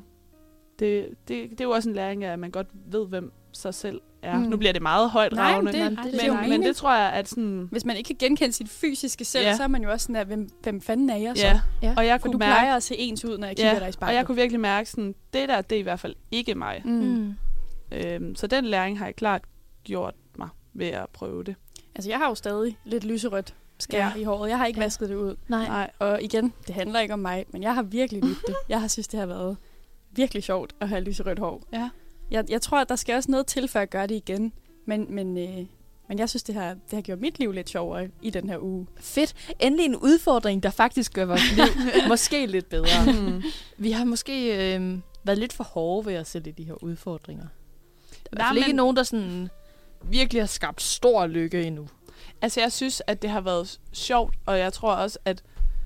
S2: det, det, det er jo også en læring af, at man godt ved, hvem sig selv er.
S3: Mm.
S2: Mm. Nu bliver det meget højt
S3: Nej,
S2: ravne,
S3: det,
S5: men
S3: det,
S5: det
S3: det,
S5: er jo
S2: men,
S3: men
S2: men det tror jeg, at sådan...
S3: Hvis man ikke kan genkende sit fysiske selv,
S2: Ja.
S3: så er man jo også sådan der, hvem, hvem fanden er jeg så?
S2: Ja,
S5: Ja.
S2: og jeg
S3: For
S2: kunne
S3: du
S2: mærke...
S3: plejer at se ens ud, når jeg kigger
S2: Ja,
S3: dig i
S2: og
S3: spejlet.
S2: jeg kunne virkelig mærke sådan, det der, det er i hvert fald ikke mig.
S3: Mm.
S5: Mm.
S2: Øhm, så den læring har jeg klart gjort mig ved at prøve det.
S3: Altså, jeg har jo stadig lidt lyserødt skær
S2: Ja.
S3: i håret. Jeg har ikke
S5: Ja.
S3: vasket det ud.
S5: Nej.
S2: Nej,
S3: Og igen, det handler ikke om mig, men jeg har virkelig lyttet det. Jeg har synes, det har været virkelig sjovt at have lyserødt hår.
S2: ja.
S3: Jeg, jeg tror, at der skal også noget til, før jeg gør det igen. Men, men, øh, men jeg synes, det har, det har gjort mit liv lidt sjovere i den her uge.
S5: Fedt. Endelig en udfordring, der faktisk gør vores liv måske lidt bedre.
S2: Mm.
S5: Vi har måske øh, været lidt for hårde ved os selv i de her udfordringer. Der er i hvert
S2: Nej,
S5: fald ikke
S2: men-
S5: nogen, der sådan virkelig har skabt stor lykke endnu.
S2: Altså, jeg synes, at det har været sjovt, og jeg tror også, at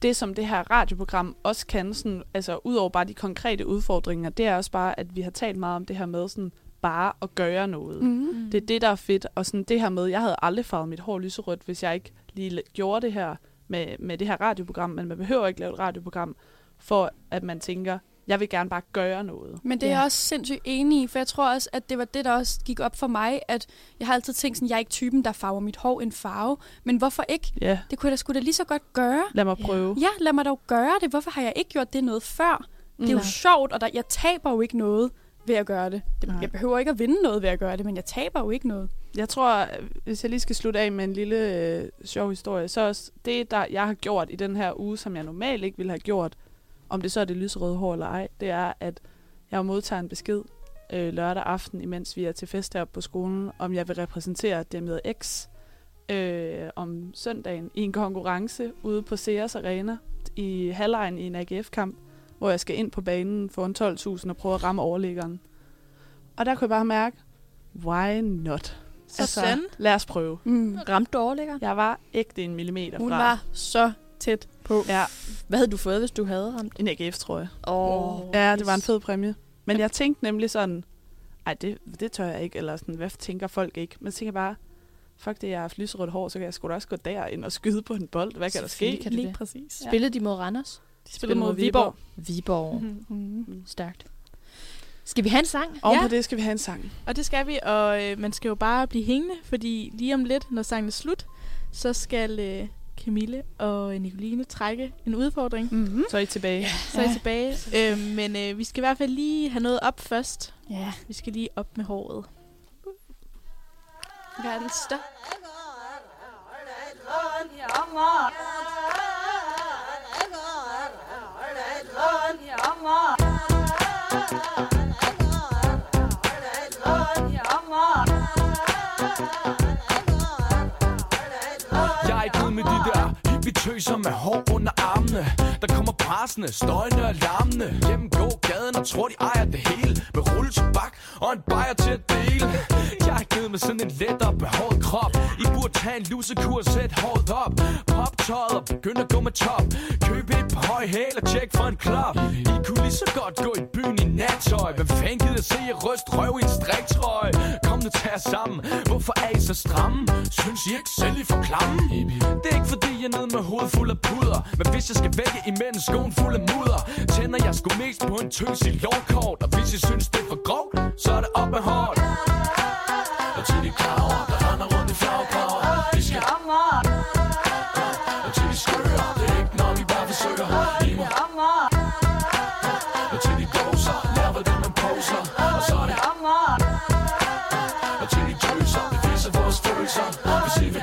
S2: det, som det her radioprogram også kan, sådan, altså ud over bare de konkrete udfordringer, det er også bare, at vi har talt meget om det her med sådan, bare at gøre noget.
S3: Mm.
S2: Det er det, der er fedt. Og sådan det her med, jeg havde aldrig farvet mit hår lyserødt, hvis jeg ikke lige gjorde det her med, med det her radioprogram. Men man behøver ikke lave et radioprogram, for at man tænker, jeg vil gerne bare gøre noget.
S3: Men det er
S2: Ja.
S3: jeg også sindssygt enig i, for jeg tror også, at det var det, der også gik op for mig, at jeg har altid tænkt sådan, jeg er ikke typen, der farver mit hår en farve. Men hvorfor ikke?
S2: Ja,
S3: Det kunne jeg da sgu da lige så godt gøre.
S2: lad mig prøve.
S3: Ja, lad mig dog gøre det. Hvorfor har jeg ikke gjort det noget før? Det er jo
S2: Mm.
S3: sjovt, og der, jeg taber jo ikke noget ved at gøre det. det.
S2: Nej.
S3: Jeg behøver ikke at vinde noget ved at gøre det, men jeg taber jo ikke noget.
S2: Jeg tror, hvis jeg lige skal slutte af med en lille øh, sjov historie, så også det, der jeg har gjort i den her uge, som jeg normalt ikke ville have gjort, om det så er det lyserøde hår eller ej, det er, at jeg modtager en besked øh, lørdag aften, imens vi er til fest heroppe på skolen, om jeg vil repræsentere D M X øh, om søndagen i en konkurrence ude på Sears Arena i halvlejen i en A G F-kamp, hvor jeg skal ind på banen foran tolv tusind og prøve at ramme overliggeren. Og der kunne jeg bare mærke, why not?
S4: Sådan.
S2: lad os prøve.
S3: Mm.
S5: Ramte du overlæggeren?
S2: Jeg var ægte en millimeter
S3: Hun
S2: fra.
S3: var så tæt på.
S2: Ja,
S5: Hvad havde du fået, hvis du havde ramt?
S2: en A G F, tror jeg.
S5: Åh. Oh.
S2: Ja, det var en fed præmie. Men jeg tænkte nemlig sådan, ej, det, det tør jeg ikke, eller sådan, hvad tænker folk ikke? Men jeg tænker bare, fuck det, jeg har haft lyserødt hår, så kan jeg sgu da også gå derind og skyde på en bold. Hvad kan der ske?
S5: Selvfølgelig kan du
S3: Lige
S5: det.
S3: præcis. Ja.
S5: Spillede de mod Randers?
S2: De spillede mod Viborg.
S5: Viborg.
S3: Mm.
S5: Stærkt. Skal vi have en sang?
S2: Oven
S4: Ja.
S2: på det skal vi have en sang.
S4: Og det skal vi, og øh, man skal jo bare blive hængende, fordi lige om lidt, når sangen er slut, så skal øh, Camille og Nicoline trække en udfordring.
S2: Mm-hmm. Så er I tilbage. Ja.
S4: Så er I tilbage. Øh, men øh, vi skal i hvert fald lige have noget op først.
S3: Ja.
S4: Vi skal lige op med håret.
S3: Verdens største.
S10: Jeg er ikke ude med de der hippie-tøser med hår under armene. Der kommer pressende, støjende og larmende. Gennemgå gaden og tror de ejer det hele. Med rulletobak og en bajer til at dele. Jeg er ikke nede med sådan en lettere behåret krop. I burde tage en lusekur og sæt håret op. Pop tøjet og begynd at gå med top. Køb et par høje hæl og tjek for en klop. I kunne lige så godt gå i byen i nattøj. Hvem fanden gider se jer ryst røv i en striktrøje? Kom nu, tag jer sammen. Hvorfor er I så stramme? Synes I ikke selv I for klamme? Det er ikke fordi jeg er nede med hovedet fuld af puder. Men hvis jeg skal vælge imellem skoen fuld af mudder, tænder jeg sgu mest på en tøs i lovkort. Og hvis I synes det er for grovt, så er det op med hårdt. Og til de kraver, der render rundt i flagkraver. Vi skal og til de skører, det er ikke nok, I bare forsøger. I må og til de doser, lær hvad det man poser. Og så er det og til de tøser, vi viser vores følelser. Hvis I vil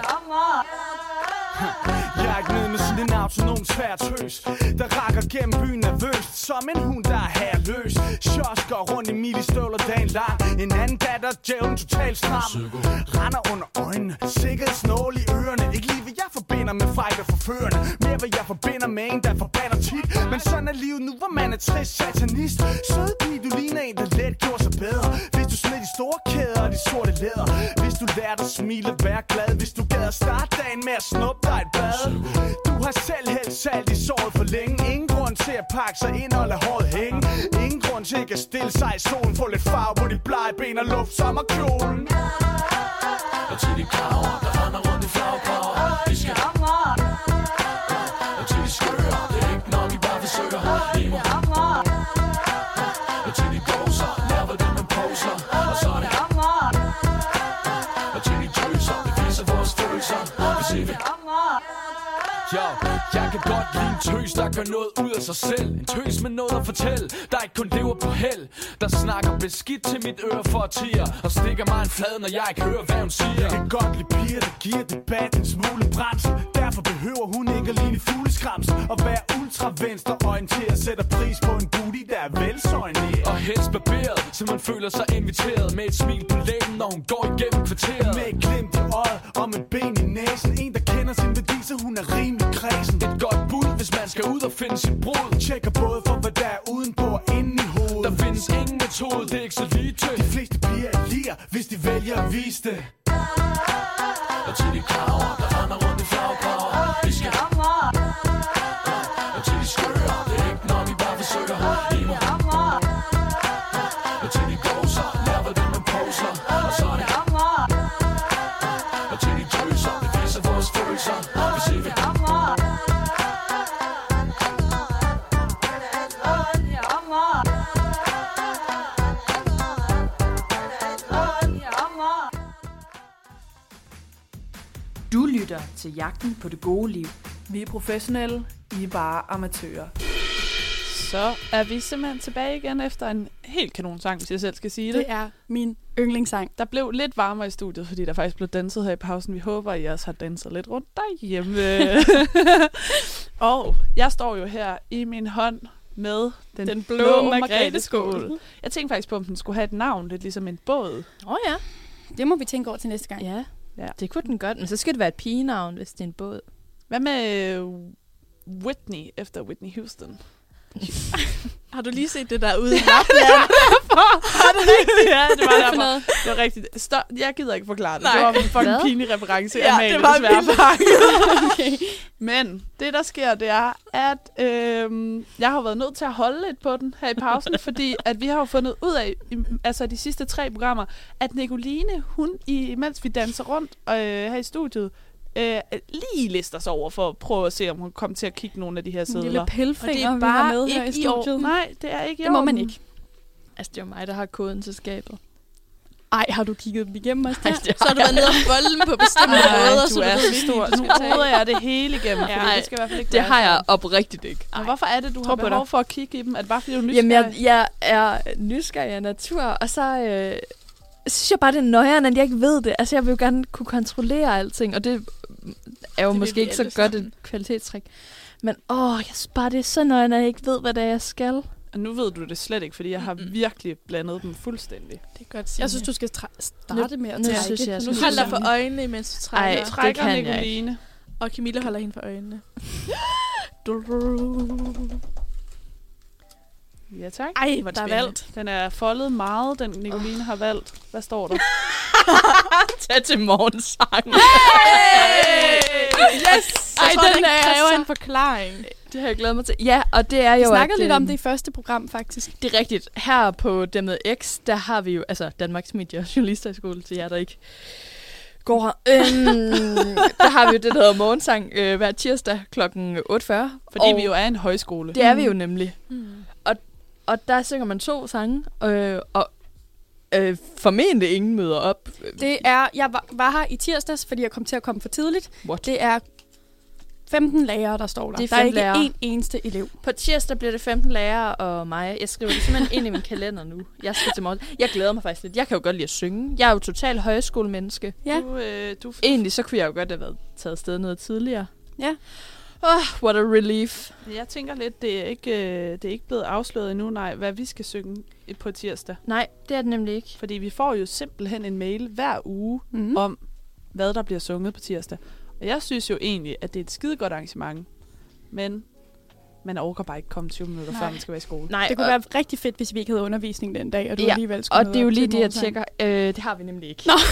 S10: jeg er ikke nede med sådan en autonom svær tøs, der rakker gennem byen nervøst, som en hund, der er herløs. Shots går rundt i milistøvler dagen lang. En anden datter, djævlen totalt stram. Render under øjnene, sikkerhedsnål i ørerne. Ikke lige hvad jeg forbinder med fejl forførende. Mere hvad jeg forbinder med en, der forbander tit. Men sådan er livet nu, hvor man er trist satanist. Sød pige, du ligner en, der let gjorde sig bedre. Hvis du smed de store kæder og de sorte læder. Hvis du lærte at smile, vær glad. Hvis du gad at starte dagen med at snuppe dig et bad. Du har selv hældt salt i såret for længe. Ingen grund til at pakke sig ind og lade håret hænge. Ingen grund til ikke at stille sig i solen. Få lidt farve på de blege ben og luft sommerkjolen. Og til de kraver, der render rundt i flagkraver. Vi skal og til de skører, det er ikke nok, I bare forsøger. I må og til de doser, lær hvad det man poser. Og så er det og til de tøser, vi viser vores følelser. Hvis I vil Jo, jeg kan godt lide en tøs, der gør noget ud af sig selv. En tøs med noget at fortælle, der ikke kun lever på held. Der snakker beskidt til mit øre for at tiger, og stikker mig en flad, når jeg ikke hører, hvad hun siger. Jeg kan godt lide piger, der giver debat en smule brændsel. Derfor behøver hun ikke at ligne fugleskramsel. Og være ultra venstreorienteret, sætter pris på en booty, der er velsøjneret. Og helst barberet, så man føler sig inviteret. Med et smil på læben, når hun går igennem kvarteret. Med et glimt i øjet og med ben i næsen. En, der kender sin værdi, så hun er rimelig kredsen. Et godt bud, hvis man skal ud og finde sin brud. Tjekker både for, hvad der er udenpå og inde i hovedet. Der findes ingen metode, det er ikke så lige til. De fleste piger er liger, hvis de vælger at vise det. Og til de kraver, der render rundt i flagkraver. Vi skal
S8: Du lytter til Jagten på det gode liv.
S2: Vi er professionelle, I er bare amatører. Så er vi simpelthen tilbage igen efter en helt kanonsang, hvis jeg selv skal sige det.
S3: Det er min yndlingssang.
S2: Der blev lidt varmere i studiet, fordi der faktisk blev danset her i pausen. Vi håber, I også har danset lidt rundt derhjemme. Og jeg står jo her i min hånd med den,
S3: Den blå,
S2: blå
S3: Margrethe-skål.
S2: Margrethe-skål. Jeg tænkte faktisk på, om den skulle have et navn, lidt ligesom en båd.
S5: Åh oh, ja.
S3: Det må vi tænke over til næste gang.
S5: Ja.
S2: Ja.
S5: Det kunne den godt, men så skal det være et pigenavn, hvis det er en båd.
S2: Hvad med Whitney efter Whitney Houston?
S4: Har du lige set det der ude i Lapland?
S2: Var det rigtigt? Ja, det var
S3: for
S2: derfor.
S3: noget?
S2: Det var rigtigt. Stop. Jeg gider ikke forklare det.
S4: Nej.
S2: Det var en fucking
S5: Hvad?
S2: pinlig reference.
S4: Ja,
S2: Amalie,
S4: det var
S2: desværre.
S4: vildt.
S3: Okay.
S2: Men det, der sker, det er, at øhm, jeg har været nødt til at holde lidt på den her i pausen, fordi at vi har jo fundet ud af, i, altså de sidste tre programmer, at Nicoline, hun, i, mens vi danser rundt øh, her i studiet, øh, lige lister sig over for at prøve at se, om hun kommer til at kigge nogle af de her
S3: En
S2: sedler.
S3: lille
S4: Og det
S3: pelfinger,
S4: er
S3: vi har
S4: bare
S3: med her i
S4: ikke i
S3: studiet.
S2: Nej, det er ikke i
S3: Det må man
S2: orden.
S3: ikke.
S5: Altså, det er jo mig, der har koden til skabet.
S3: Ej, har du kigget dem igennem os der?
S4: Så har du været nede og folde dem på bestemte
S2: Ej,
S4: måder,
S2: du
S4: så
S2: er
S4: ved,
S2: så
S4: hvilken
S2: stor.
S4: du
S2: Nu
S4: skal tage.
S2: roder jeg det hele igennem,
S5: Ja,
S2: fordi det skal i hvert fald ikke
S5: Det
S2: være
S5: har jeg
S2: sådan.
S5: oprigtigt ikke.
S2: Og hvorfor er det, du
S5: Tror
S2: har
S5: på
S2: behov
S5: dig.
S2: for at kigge i dem? Er det bare, fordi du er
S5: Jamen,
S2: nysgerrig?
S5: jeg, jeg er nysgerrig af natur, og så øh, synes jeg bare, det er nøjeren, at jeg ikke ved det. Altså, jeg vil jo gerne kunne kontrollere alting, og det er jo
S4: Det vil
S5: måske
S4: vi
S5: ikke så
S4: alle
S5: godt
S4: sammen.
S5: et kvalitetstrik. Men åh, jeg synes bare, det er så nøjeren, at jeg ikke ved, hvad det er, jeg skal.
S2: Og nu ved du det slet ikke, fordi jeg har
S5: Mm-mm.
S2: virkelig blandet dem fuldstændig.
S4: Det er godt
S3: Jeg synes, du skal tra- starte med at
S5: nu
S3: trække.
S5: synes jeg,
S2: Nu
S5: jeg
S4: Hold dig
S2: synes
S4: for øjnene, mens du trækker.
S5: Ej,
S2: Jeg trækker
S5: kan jeg ikke.
S2: Nicoline.
S4: Og Camilla holder hende for øjnene.
S2: Ja, tak.
S4: Ej, hvor
S3: Der er
S4: spændende.
S3: valgt.
S2: Den er foldet meget, den Nicoline har valgt. Hvad står der?
S5: Tag til morgensang.
S4: Yes!
S3: Ej,
S4: Jeg tror,
S3: den
S4: den
S3: er jeg
S4: kræver
S3: så-
S4: en forklaring.
S5: Det har jeg glædet mig til. Ja, og det er
S3: Vi
S5: jo...
S3: snakkede
S5: at,
S3: lidt om
S5: øhm,
S3: det i første program, faktisk.
S5: Det er rigtigt. Her på Demnet X, der har vi jo, altså Danmarks Medie- og Journalisterskole, til jer, der ikke går her. Øhm, der har vi jo det, der hedder morgensang øh, hver tirsdag klokken otte fyrre.
S2: Fordi
S5: og
S2: vi jo er en højskole.
S5: det er vi jo nemlig.
S4: Mm.
S5: Og der synger man to sange, øh, og øh, formentlig ingen møder op.
S3: Det er, jeg var, var her i tirsdags, fordi jeg kom til at komme for tidligt.
S5: What?
S3: Det er femten lærere, der står der.
S5: Det er
S3: der er
S5: fem
S3: ikke
S5: lærere.
S3: en eneste elev.
S5: På tirsdag bliver det femten lærere og mig. Jeg skriver det simpelthen ind i min kalender nu. Jeg skal til morgen. Jeg glæder mig faktisk lidt. Jeg kan jo godt lide at synge. Jeg er jo total højskolemenneske.
S3: Ja.
S2: Du, øh, du
S5: Egentlig så kunne jeg jo godt have været taget afsted noget tidligere.
S3: Ja.
S5: Oh, what a relief.
S2: Jeg tænker lidt, det er ikke, øh, det er ikke blevet afsløret endnu, nej, hvad vi skal synge i- på tirsdag.
S5: Nej, det er det nemlig ikke.
S2: Fordi vi får jo simpelthen en mail hver uge
S3: Mm.
S2: om, hvad der bliver sunget på tirsdag. Og jeg synes jo egentlig, at det er et skidegodt arrangement. Men man overgår bare ikke komme tyve minutter,
S3: Nej.
S2: før man skal være i skole.
S5: Nej,
S3: Det kunne
S5: og,
S3: være rigtig fedt, hvis vi ikke havde undervisning den dag, og du
S5: Ja,
S3: alligevel skulle
S5: og
S3: møde
S5: det er jo
S3: op
S5: lige
S3: til
S5: det, jeg
S3: morgensang.
S5: tjekker. Øh, det har vi nemlig ikke.
S3: Nå.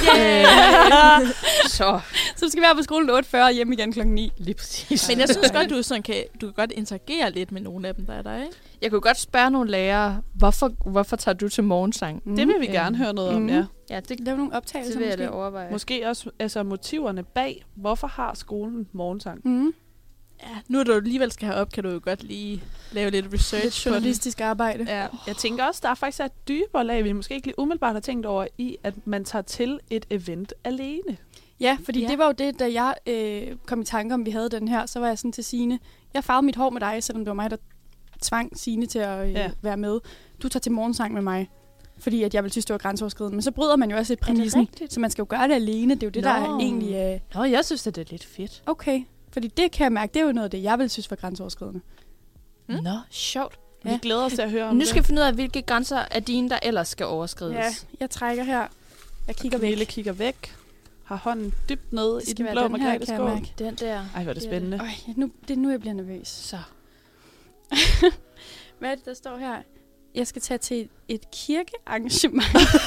S5: Øh, så
S3: Så du skal være på skolen otte fyrre og hjem igen klokken ni.
S5: lige præcis.
S4: Men jeg synes godt, du, sådan kan, du kan godt interagere lidt med nogle af dem, der er der, ikke?
S5: Jeg kunne godt spørge nogle lærere, hvorfor, hvorfor tager du til morgensang?
S2: Det vil vi
S5: Mm.
S2: gerne høre noget om,
S3: Mm.
S2: ja.
S5: Ja, det,
S3: Lave nogle optagelser
S5: det vil jeg da
S3: måske.
S5: overveje.
S2: Måske også altså, motiverne bag, hvorfor har skolen morgensang?
S3: Mm.
S4: Ja, nu du alligevel skal have op, kan du jo godt lige lave lidt research
S3: Lidt
S4: på den.
S3: journalistisk arbejde.
S2: Ja, jeg tænker også, der er faktisk et dybere lag, vi måske ikke lige umiddelbart har tænkt over, i at man tager til et event alene.
S3: Ja, fordi
S5: Ja.
S3: ja. det var jo det, da jeg øh, kom i tanke om, vi havde den her, så var jeg sådan til Signe, jeg farvede mit hår med dig, selvom det var mig, der tvang Signe til at øh,
S2: Ja.
S3: ja. være med. Du tager til morgensang med mig, fordi at jeg ville synes, det var grænseoverskridende. Men så bryder man jo også lidt præmissen,
S5: rigtigt?
S3: så man skal jo gøre det alene. Det er jo det,
S5: Nå.
S3: der er egentlig øh,
S5: Nå, jeg synes, at det er lidt fedt.
S3: okay. Fordi det kan jeg mærke, det er jo noget af det, jeg ville synes var grænseoverskridende.
S5: Mm. Nå, sjovt.
S2: Ja. Vi glæder os til at høre om
S5: Nu
S2: det.
S5: skal vi finde ud af, hvilke grænser af dine, der ellers skal overskrides.
S3: Ja, jeg trækker her. Jeg kigger væk.
S2: Camille kigger væk, har hånden dybt ned i
S3: skal
S2: den
S3: være
S2: blå
S3: den her,
S2: Margrethe
S3: kan jeg
S2: skål.
S3: mærke.
S5: Den der.
S2: Ej, hvor er det
S5: Det er
S2: spændende.
S3: Øj, nu, det er nu, jeg bliver nervøs.
S5: Så.
S3: Hvad er det, der står her? Jeg skal tage til et, et kirkearrangement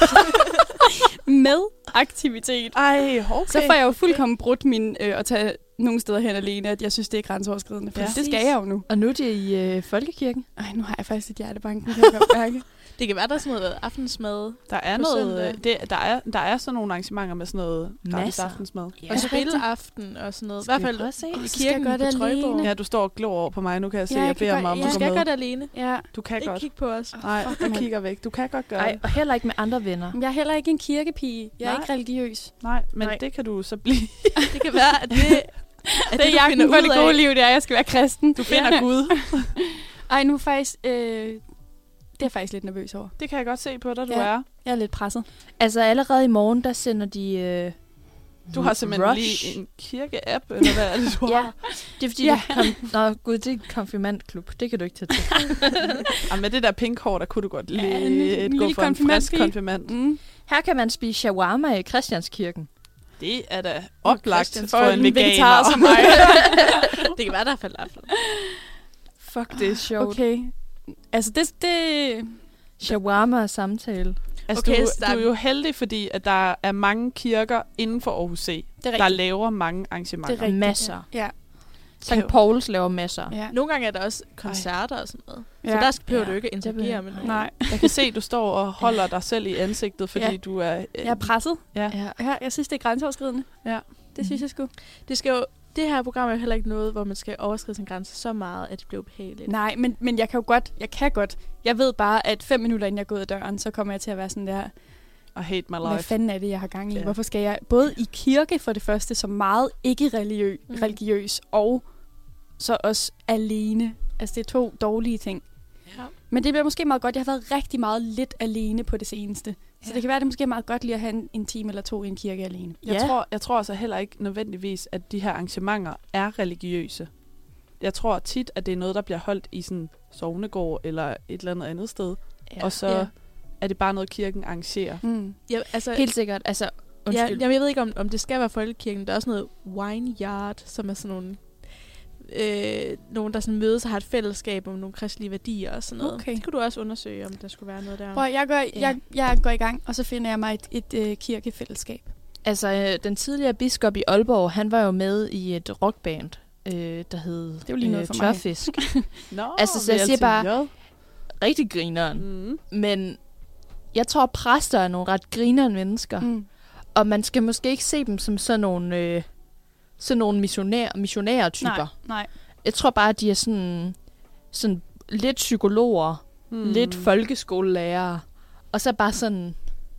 S3: med aktivitet.
S2: Ej, okay.
S3: Så får jeg jo fuldkommen brudt min øh, at tage nogle steder hen alene, at jeg synes, det er grænseoverskridende. For
S2: Ja.
S3: ja. det skal jeg jo nu.
S5: Og nu er det i øh, folkekirken.
S3: Ej, nu har jeg faktisk et hjertebanken, kan jeg godt mærke.
S4: Det kan være, der er sådan noget aftensmad.
S2: Der er
S4: på
S2: noget,
S4: søndag.
S2: det, der, er, der er sådan nogle arrangementer med sådan noget gratis
S5: Masser.
S2: aftensmad.
S4: Og spilleaften og sådan noget. I
S5: Skal
S4: hvert
S5: vi prøve
S4: fald
S5: at se?
S4: i
S3: Skal jeg
S4: kirken
S3: gøre
S4: på
S3: det
S4: Trøjborg.
S3: alene?
S2: Ja, du står og glor over på mig. Nu kan jeg se,
S3: Ja,
S2: at
S3: jeg
S2: jeg
S3: kan
S2: beder
S3: godt-
S2: mig om
S3: ja.
S2: at
S4: Du
S2: gå
S4: skal
S2: med.
S4: gøre det alene.
S3: Ja.
S2: Du kan
S4: Ikke
S2: godt.
S4: kigge på os.
S2: Nej, jeg
S3: mand.
S2: kigger væk. Du kan godt gøre
S5: Ej,
S2: det.
S5: og heller ikke med andre venner.
S3: Jeg er heller ikke en kirkepige. Jeg er
S2: Nej.
S3: ikke religiøs.
S2: Nej, men
S4: Nej.
S2: det kan du så blive.
S4: Det kan være, at det, at
S3: Det
S4: det,
S3: er
S4: du
S3: jagten
S4: finder
S3: på
S4: ud
S3: det
S4: af.
S3: gode liv, det er, at jeg skal være kristen.
S2: Du finder Gud.
S3: Ej, nu er faktisk... Øh, det er jeg faktisk lidt nervøs over.
S2: Det kan jeg godt se på dig, du
S3: Ja.
S2: er.
S3: Jeg er lidt presset.
S5: Altså allerede i morgen, der sender de... Øh,
S2: Du har simpelthen
S5: Rush.
S2: lige en kirke-app, eller hvad er det, du
S5: Ja,
S2: har?
S5: det er fordi,
S3: Ja.
S5: ja. det kom, nå gud, det er en konfirmandklub. Det kan du ikke tage til.
S2: Ej, med det der pink hår, der kunne du godt
S3: Ja,
S2: lige
S3: en lille-
S2: gå
S3: lille
S2: for en frisk
S3: konfirmandpige.
S2: konfirmand.
S3: Mm.
S5: Her kan man spise shawarma i Christianskirken.
S2: Det er da oplagt
S4: Christian,
S2: for
S4: for
S2: en
S4: en
S2: veganer.
S3: som mig.
S4: Det kan være, der er falafel.
S5: Fuck, det er sjovt.
S3: Okay. Altså, det... det
S5: Shawarma og samtale.
S2: Altså,
S4: Okay,
S2: du,
S4: så der
S2: du
S4: er-
S2: er jo heldig, fordi at der er mange kirker inden for Aarhus C,
S3: det er
S2: der
S3: rigtigt.
S2: laver mange arrangementer.
S3: Det er rigtigt.
S5: Masser.
S3: Ja.
S5: Sankt Pauls laver masser.
S3: Ja.
S4: Nogle gange er der også koncerter og sådan noget. Så
S3: Ja.
S4: der behøver
S5: Ja,
S4: du ikke
S5: det
S4: interagere
S5: behøver-
S4: med nogen.
S3: Nej,
S2: Jeg kan se, at du står og holder dig selv i ansigtet, fordi
S3: Ja.
S2: du er... øh,
S3: jeg er presset.
S2: Ja.
S5: Ja.
S3: Ja, jeg synes, det er grænseoverskridende.
S2: Ja.
S3: Det synes jeg sgu.
S4: Det, skal jo, det her program er jo heller ikke noget, hvor man skal overskride sin grænse så meget, at det bliver ubehageligt.
S3: Nej, men, men jeg kan jo godt. Jeg kan godt. Jeg ved bare, at fem minutter inden jeg går ud af døren, så kommer jeg til at være sådan der...
S2: I hate my
S3: Hvad
S2: life.
S3: fanden er det, jeg har gang i?
S2: Ja.
S3: Hvorfor skal jeg både i kirke for det første, som meget ikke religiø-
S4: Mm.
S3: religiøs, og så også alene. Altså, det er to dårlige ting.
S4: Ja.
S3: Men det bliver måske meget godt. Jeg har været rigtig meget lidt alene på det seneste. Så
S4: Ja.
S3: det kan være, at det måske er meget godt lige at have en, en time eller to i en kirke alene.
S2: Jeg,
S5: Ja.
S2: tror, jeg tror altså heller ikke nødvendigvis, at de her arrangementer er religiøse. Jeg tror tit, at det er noget, der bliver holdt i sådan sognegård eller et eller andet andet sted.
S3: Ja.
S2: Og så
S4: Ja.
S2: er det bare noget, kirken arrangerer.
S3: Mm.
S4: Ja, altså,
S5: Helt sikkert. Altså,
S4: ja,
S5: undskyld.
S4: jamen, jeg ved ikke, om, om det skal være folkekirken. Der er også noget Wineyard, som er sådan nogle... Øh, nogen, der sådan mødes og har et fællesskab om nogle kristelige værdier og sådan noget.
S3: Okay.
S4: Det kunne du også undersøge, om der skulle være noget der.
S3: Prøv, jeg, går, jeg, jeg går i gang, og så finder jeg mig et, et, et kirkefællesskab.
S5: Altså, øh, den tidligere biskop i Aalborg, han var jo med i et rockband, øh, der hed
S3: er jo lige noget for mig.
S5: Tørfisk.
S2: Nå,
S5: Altså, så jeg siger bare-
S2: J.
S5: Rigtig grineren.
S2: Mm.
S5: Men jeg tror, præster er nogle ret grineren mennesker. Mm.
S3: Mm.
S5: Og man skal måske ikke se dem som sådan nogle, øh, sådan nogle missionær, missionære typer.
S3: Nej, nej.
S5: Jeg tror bare, at de er sådan, sådan lidt psykologer,
S2: Hmm.
S5: mm. lidt folkeskolelærere, og så bare sådan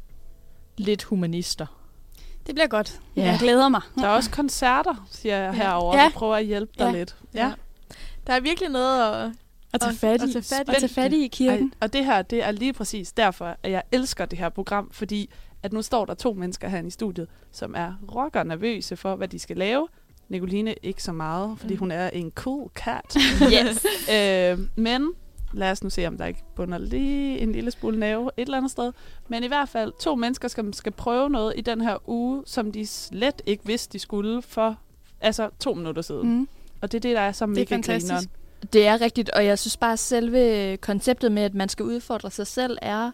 S5: lidt humanister.
S3: Det bliver godt.
S5: Ja.
S3: Jeg glæder mig.
S2: Der er også koncerter, siger jeg herovre,
S3: Ja.
S2: ja. prøver at hjælpe dig
S3: Ja.
S2: lidt.
S4: Ja. Der er virkelig noget at...
S3: At tage
S4: Og-
S3: fat i.
S4: og tage fat i.
S3: At tage fat i i kirken.
S2: Ej, og det her, det er lige præcis derfor, at jeg elsker det her program, fordi at nu står der to mennesker her i studiet, som er rocker nervøse for, hvad de skal lave. Nicoline ikke så meget, fordi
S4: Mm.
S2: hun er en cool cat.
S5: Yes.
S2: øh, men lad os nu se, om der ikke bunder lige en lille smule nerve et eller andet sted. Men i hvert fald, to mennesker skal, skal prøve noget i den her uge, som de slet ikke vidste, de skulle for altså to minutter siden.
S3: Mm.
S2: Og det er det, der er så
S3: Det er
S2: mega
S3: fantastisk.
S2: grineren.
S5: Det er rigtigt, og jeg synes bare, at selve konceptet med, at man skal udfordre sig selv, er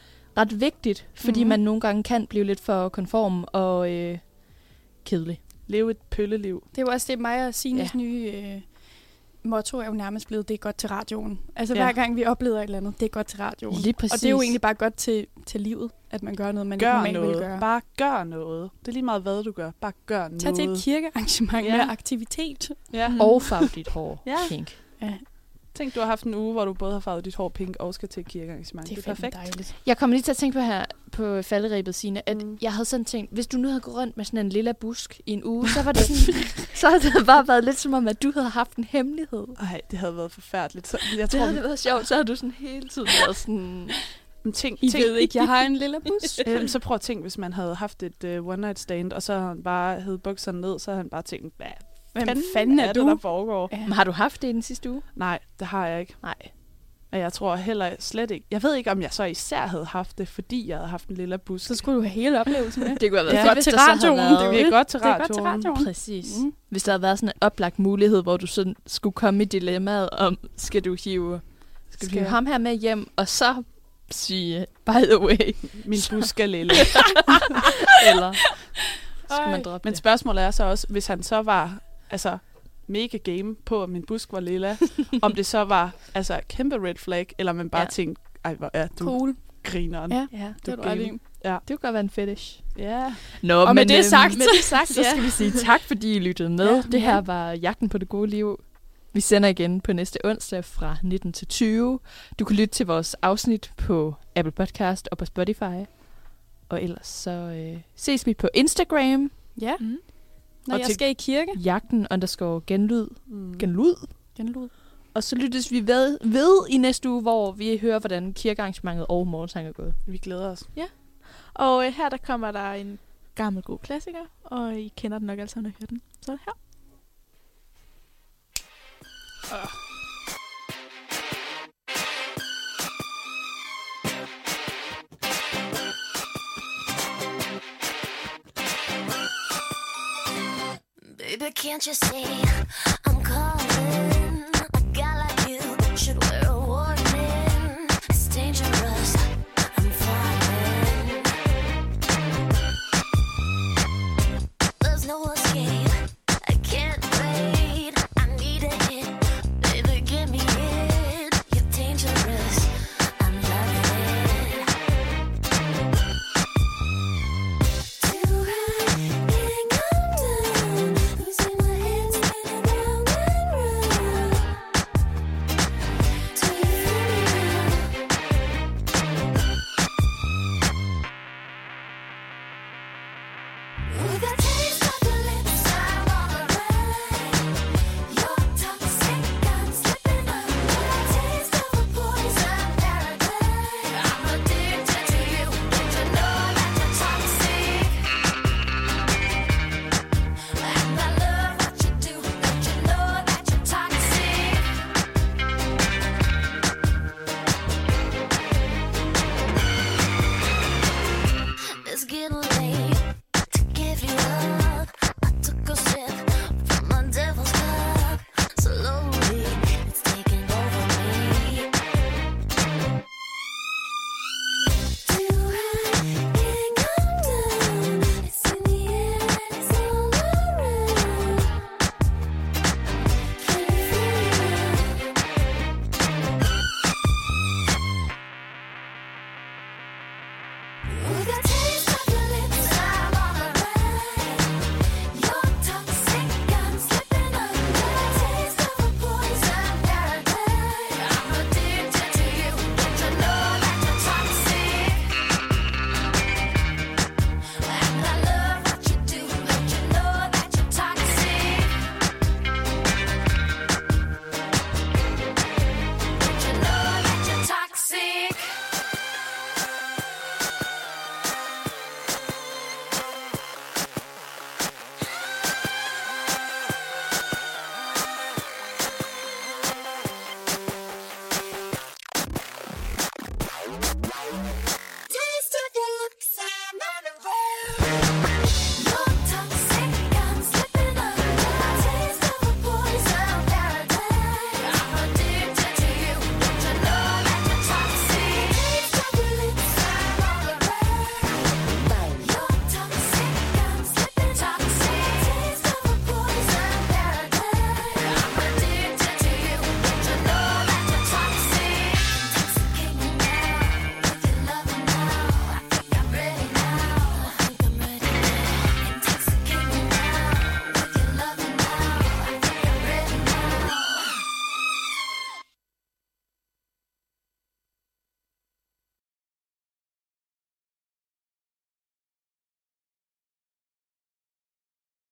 S5: ret vigtigt, fordi
S3: Mhm.
S5: mm-hmm. man nogle gange kan blive lidt for konform og øh, kedelig.
S2: Leve et pølleliv.
S3: Det er jo også det, mig og Signes
S5: Ja.
S3: ja. nye øh, motto er jo nærmest blevet, det er godt til radioen. Altså
S2: Ja.
S3: hver gang vi oplever et eller andet, det er godt til radioen.
S5: Lige præcis.
S3: Og det er jo egentlig bare godt til, til livet, at man gør noget, man ikke
S2: Gør
S3: normalt
S2: noget.
S3: vil gøre.
S2: Bare gør noget. Det er lige meget, hvad du gør. Bare gør noget.
S3: Tag til et kirkearrangement
S2: Ja.
S3: med aktivitet.
S2: Ja.
S4: Mm.
S5: Og farve dit hår
S2: Ja.
S5: pink.
S3: Ja,
S2: Tænk, du har haft en uge, hvor du både har farvet dit hår pink og skal til et kirkearrangement.
S3: det er,
S2: Det er perfekt.
S3: dejligt.
S5: Jeg kommer lige til at tænke på her på falderæbet, Signe, at
S2: Mm.
S5: mm. jeg havde sådan tænkt, hvis du nu havde gået rundt med sådan en lille busk i en uge, så var det sådan, så havde det bare været lidt som om, at du havde haft en hemmelighed.
S2: Ej, det havde været forfærdeligt. Så, jeg
S5: Det
S2: tror,
S5: havde det været sjovt, så havde du sådan hele tiden været sådan...
S2: men tænk,
S3: I
S2: tænk,
S3: ved ikke, jeg har en lille bus.
S2: Øhm, så prøv at tænke, hvis man havde haft et uh, one night stand, og så havde han bare havde bukserne ned, så havde han bare tænkt, hvad
S3: Hvem
S2: fanden
S3: fanden er
S2: er
S3: du?
S2: det, der foregår?
S3: Ja.
S5: Men har du haft det i den sidste uge?
S2: Nej, det har jeg ikke.
S5: Nej.
S2: Og jeg tror heller slet ikke. Jeg ved ikke, om jeg så især havde haft det, fordi jeg havde haft en lille bus.
S3: Så skulle du have hele oplevelsen med.
S5: Det kunne have været
S2: Ja.
S5: fedt,
S3: Godt
S5: hvis
S3: til
S5: der så havde
S3: radioen,
S5: været-
S3: det er jo
S2: Det er godt til
S3: Det er
S2: radioen.
S3: godt til radioen.
S5: Præcis.
S3: Mm.
S5: Mm. Hvis der havde været sådan en oplagt mulighed, hvor du sådan skulle komme i dilemmaet om, skal du hive, skal du
S2: Skal
S5: hive
S2: jeg?
S5: ham her med hjem, og så sige, by the way,
S2: Min bus skal lille.
S5: eller skal man droppe
S2: Men
S5: det?
S2: spørgsmålet er så også, hvis han så var altså mega game på, at min busk var lilla, om det så var altså kæmpe red flag, eller man bare
S5: Ja.
S2: ja. tænkte, Ej, hvor er du
S3: Cool.
S2: grineren.
S3: Ja,
S4: Ja,
S3: det var du ret i.
S2: Ja.
S5: Det kunne godt være en fetish.
S2: Ja.
S5: Nå,
S3: Og med det sagt.
S5: med det sagt, så skal vi sige tak, fordi I lyttede med.
S3: Ja,
S5: Ja, det her
S3: ja.
S5: var Jagten på det gode liv. Vi sender igen på næste onsdag fra nitten til tyve. Du kan lytte til vores afsnit på Apple Podcast og på Spotify. Og ellers så øh, ses vi på Instagram.
S3: Ja.
S4: Mm.
S3: Når
S5: Og
S3: jeg
S5: til-
S3: skal i kirke.
S5: Jagten underscore genlyd.
S2: Mm.
S5: Genlyd.
S3: Genlyd.
S5: Og så lyttes vi ved, ved i næste uge, hvor vi hører, hvordan kirkearrangementet og morgensang er gået.
S2: Vi glæder os.
S4: Og øh, her der kommer der en gammel god klassiker, og I kender den nok alle sammen, når I hører den. Så her.
S7: Baby, can't you see I'm calling?